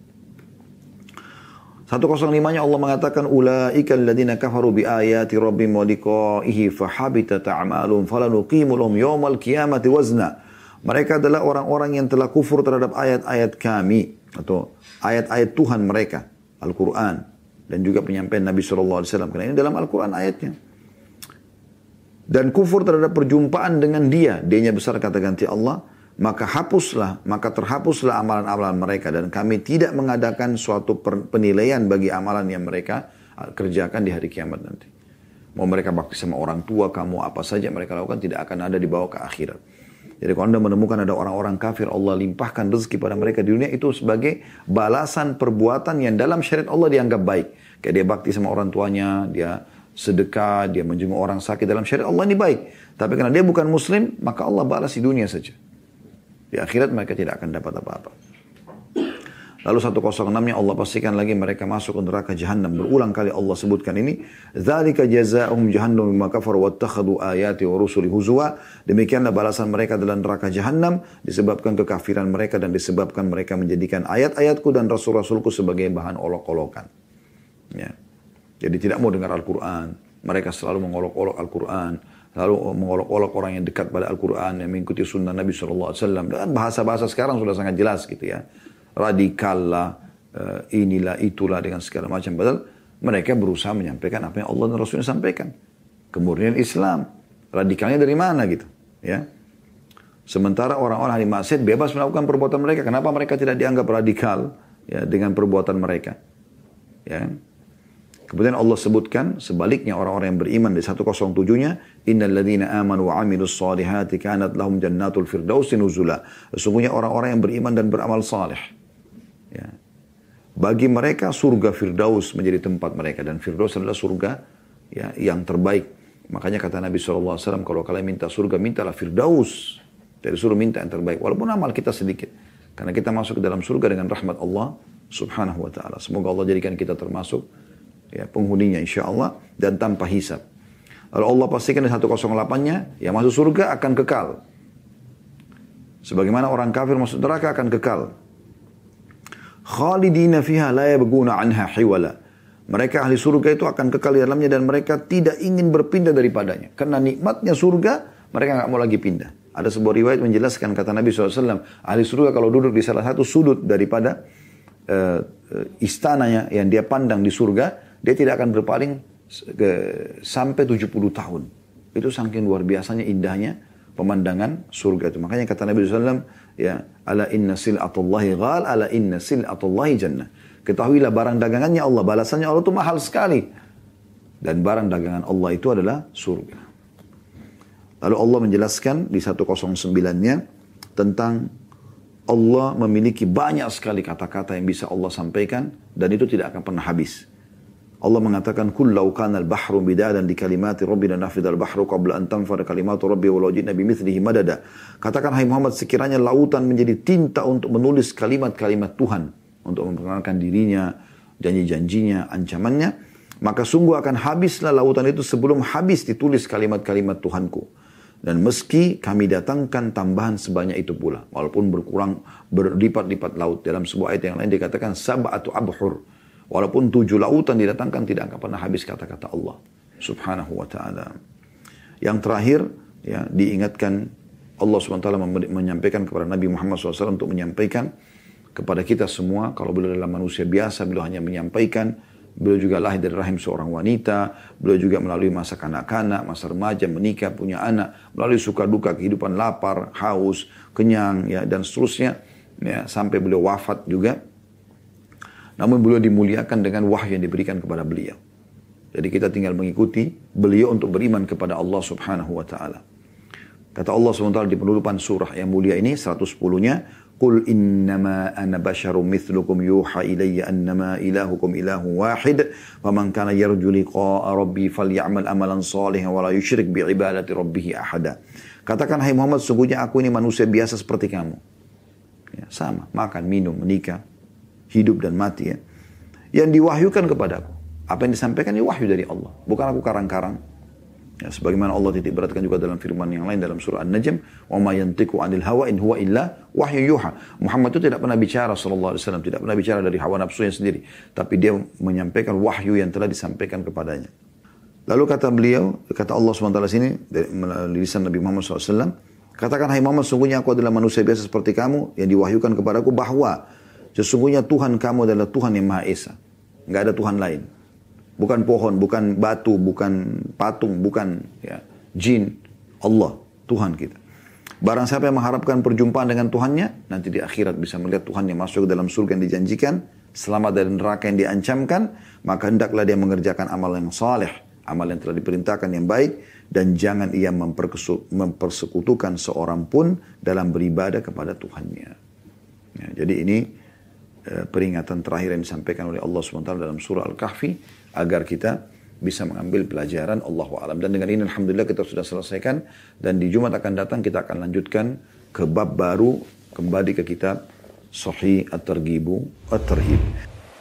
seratus lima-nya Allah mengatakan ulaika alladziina kafaru bi ayati rabbihim wa liqa'ihi fahabitat a'maluhum falanuqimu lahum yaumal qiyamati wazna. Mereka adalah orang-orang yang telah kufur terhadap ayat-ayat kami atau ayat-ayat Tuhan mereka, Al-Qur'an, dan juga penyampaian Nabi shallallahu alaihi wasallam. Karena ini dalam Al-Quran ayatnya. Dan kufur terhadap perjumpaan dengan dia. Dia-nya besar kata ganti Allah. Maka hapuslah, maka terhapuslah amalan-amalan mereka. Dan kami tidak mengadakan suatu penilaian bagi amalan yang mereka kerjakan di hari kiamat nanti. Mau mereka bakti sama orang tua, kamu apa saja mereka lakukan tidak akan ada dibawa ke akhirat. Jadi kalau Anda menemukan ada orang-orang kafir, Allah limpahkan rezeki pada mereka di dunia, itu sebagai balasan perbuatan yang dalam syariat Allah dianggap baik. Kayak dia bakti sama orang tuanya, dia sedekah, dia menjenguk orang sakit, dalam syariat Allah ini baik. Tapi karena dia bukan muslim, maka Allah balas di dunia saja. Di akhirat mereka tidak akan dapat apa-apa. Lalu seratus enam-nya Allah pastikan lagi mereka masuk ke neraka Jahannam. Berulang kali Allah sebutkan ini. Dzalika jazaa'uhum jahannam bima kafaru wattakhadhu ayati wa rusuli huzwa. Demikianlah balasan mereka dalam neraka Jahannam disebabkan kekafiran mereka dan disebabkan mereka menjadikan ayat-ayatku dan rasul-rasulku sebagai bahan olok-olokan. Ya. Jadi tidak mau dengar Al-Quran. Mereka selalu mengolok-olok Al-Quran. Lalu mengolok-olok orang yang dekat pada Al-Quran, yang mengikuti sunnah Nabi shallallahu alaihi wasallam. Dan bahasa-bahasa sekarang sudah sangat jelas gitu ya. Radikal lah, uh, inilah, itulah dengan segala macam. Padahal mereka berusaha menyampaikan apa yang Allah dan Rasulnya sampaikan. Kemudian Islam. Radikalnya dari mana gitu. Ya. Sementara orang-orang ahli maksiat bebas melakukan perbuatan mereka. Kenapa mereka tidak dianggap radikal ya, dengan perbuatan mereka? Ya. Kemudian Allah sebutkan sebaliknya orang-orang yang beriman di seratus tujuh-nya, innal ladzina amanu wa 'amilus solihati kanat lahum jannatul firdausi nuzula. Sesungguhnya orang-orang yang beriman dan beramal saleh, ya, bagi mereka surga Firdaus menjadi tempat mereka, dan Firdaus adalah surga ya, yang terbaik. Makanya kata Nabi shallallahu alaihi wasallam, kalau kalian minta surga, mintalah Firdaus. Dari surga minta yang terbaik, walaupun amal kita sedikit. Karena kita masuk ke dalam surga dengan rahmat Allah subhanahu wa ta'ala. Semoga Allah jadikan kita termasuk ya, penghuninya insya Allah dan tanpa hisab. Lalu Allah pastikan di seratus delapan-nya yang masuk surga akan kekal. Sebagaimana orang kafir masuk neraka akan kekal. Khalidina fiha la yabghuna anha hiwala. Mereka ahli surga itu akan kekal di dalamnya dan mereka tidak ingin berpindah daripadanya. Karena nikmatnya surga, mereka nggak mau lagi pindah. Ada sebuah riwayat menjelaskan kata Nabi shallallahu alaihi wasallam, ahli surga kalau duduk di salah satu sudut daripada uh, istananya yang dia pandang di surga, dia tidak akan berpaling ke, sampai tujuh puluh tahun. Itu saking luar biasanya indahnya pemandangan surga itu. Makanya kata Nabi shallallahu alaihi wasallam, ya, ala inna sil'atullahi ghal, ala inna sil'atullahi jannah. Ketahuilah barang dagangannya Allah, balasannya Allah itu mahal sekali. Dan barang dagangan Allah itu adalah surga. Lalu Allah menjelaskan di seratus sembilan-nya tentang Allah memiliki banyak sekali kata-kata yang bisa Allah sampaikan dan itu tidak akan pernah habis. Allah mengatakan kul law kana al-bahru midadan li kalimati rabbina nafidal bahru qabla an tanfada kalimatu rabbi walau ji'na bimithlihi madada. Katakan hai Muhammad, sekiranya lautan menjadi tinta untuk menulis kalimat-kalimat Tuhan, untuk memperkenalkan dirinya, janji-janjinya, ancamannya, maka sungguh akan habislah lautan itu sebelum habis ditulis kalimat-kalimat Tuhanku. Dan meski kami datangkan tambahan sebanyak itu pula, walaupun berkurang berlipat-lipat laut. Dalam sebuah ayat yang lain dikatakan sab'atu abhur. Walaupun tujuh lautan didatangkan tidak akan pernah habis kata-kata Allah subhanahu wa ta'ala. Yang terakhir, ya, diingatkan Allah subhanahu wa ta'ala menyampaikan kepada Nabi Muhammad shallallahu alaihi wasallam untuk menyampaikan kepada kita semua. Kalau beliau adalah manusia biasa, beliau hanya menyampaikan. Beliau juga lahir dari rahim seorang wanita. Beliau juga melalui masa kanak-kanak, masa remaja, menikah, punya anak. Melalui suka duka, kehidupan lapar, haus, kenyang, ya, dan seterusnya. Ya, sampai beliau wafat juga. Namun beliau dimuliakan dengan wahyu yang diberikan kepada beliau. Jadi kita tinggal mengikuti beliau untuk beriman kepada Allah subhanahu wa ta'ala. Kata Allah subhanahu wa ta'ala di penutupan surah yang mulia ini, seratus sepuluh-nya, Qul innama ana basyarum mithlukum yuha ilayya annama ilahukum ilahu wahid faman kana yarju liqa'a rabbi falyamal amalan salihan wa la yusyrik bi'ibadati rabbih ahada. Katakan hai Muhammad, sungguhnya aku ini manusia biasa seperti kamu. Ya, sama, makan, minum, menikah, hidup dan mati, ya. Yang diwahyukan kepadaku, apa yang disampaikan ini wahyu dari Allah, bukan aku karang-karang. Ya, sebagaimana Allah titik beratkan juga dalam firman yang lain dalam surah An-Najm, "Wa ma yantiqu 'anil hawa in huwa illa wahyu yuha." Muhammad itu tidak pernah bicara sallallahu alaihi wasallam, tidak pernah bicara dari hawa nafsunya sendiri, tapi dia menyampaikan wahyu yang telah disampaikan kepadanya. Lalu kata beliau, kata Allah subhanahu wa taala sini melalui lisan Nabi Muhammad shallallahu alaihi wasallam, katakan hai Muhammad, sungguhnya aku adalah manusia biasa seperti kamu yang diwahyukan kepadaku bahwa sesungguhnya Tuhan kamu adalah Tuhan yang Maha Esa. Enggak ada Tuhan lain. Bukan pohon, bukan batu, bukan patung, bukan, ya, jin. Allah, Tuhan kita. Barang siapa yang mengharapkan perjumpaan dengan Tuhannya, nanti di akhirat bisa melihat Tuhan yang masuk ke dalam surga yang dijanjikan, selamat dari neraka yang diancamkan, maka hendaklah dia mengerjakan amal yang saleh, amal yang telah diperintahkan yang baik, dan jangan ia mempersekutukan seorang pun dalam beribadah kepada Tuhannya. Ya, jadi ini peringatan terakhir yang disampaikan oleh Allah subhanahu wa taala dalam surah Al-Kahfi agar kita bisa mengambil pelajaran. Allahu a'lam. Dan dengan ini alhamdulillah kita sudah selesaikan, dan di Jumat akan datang kita akan lanjutkan ke bab baru, kembali ke kitab Sahih At-Targhib At-Tarhib.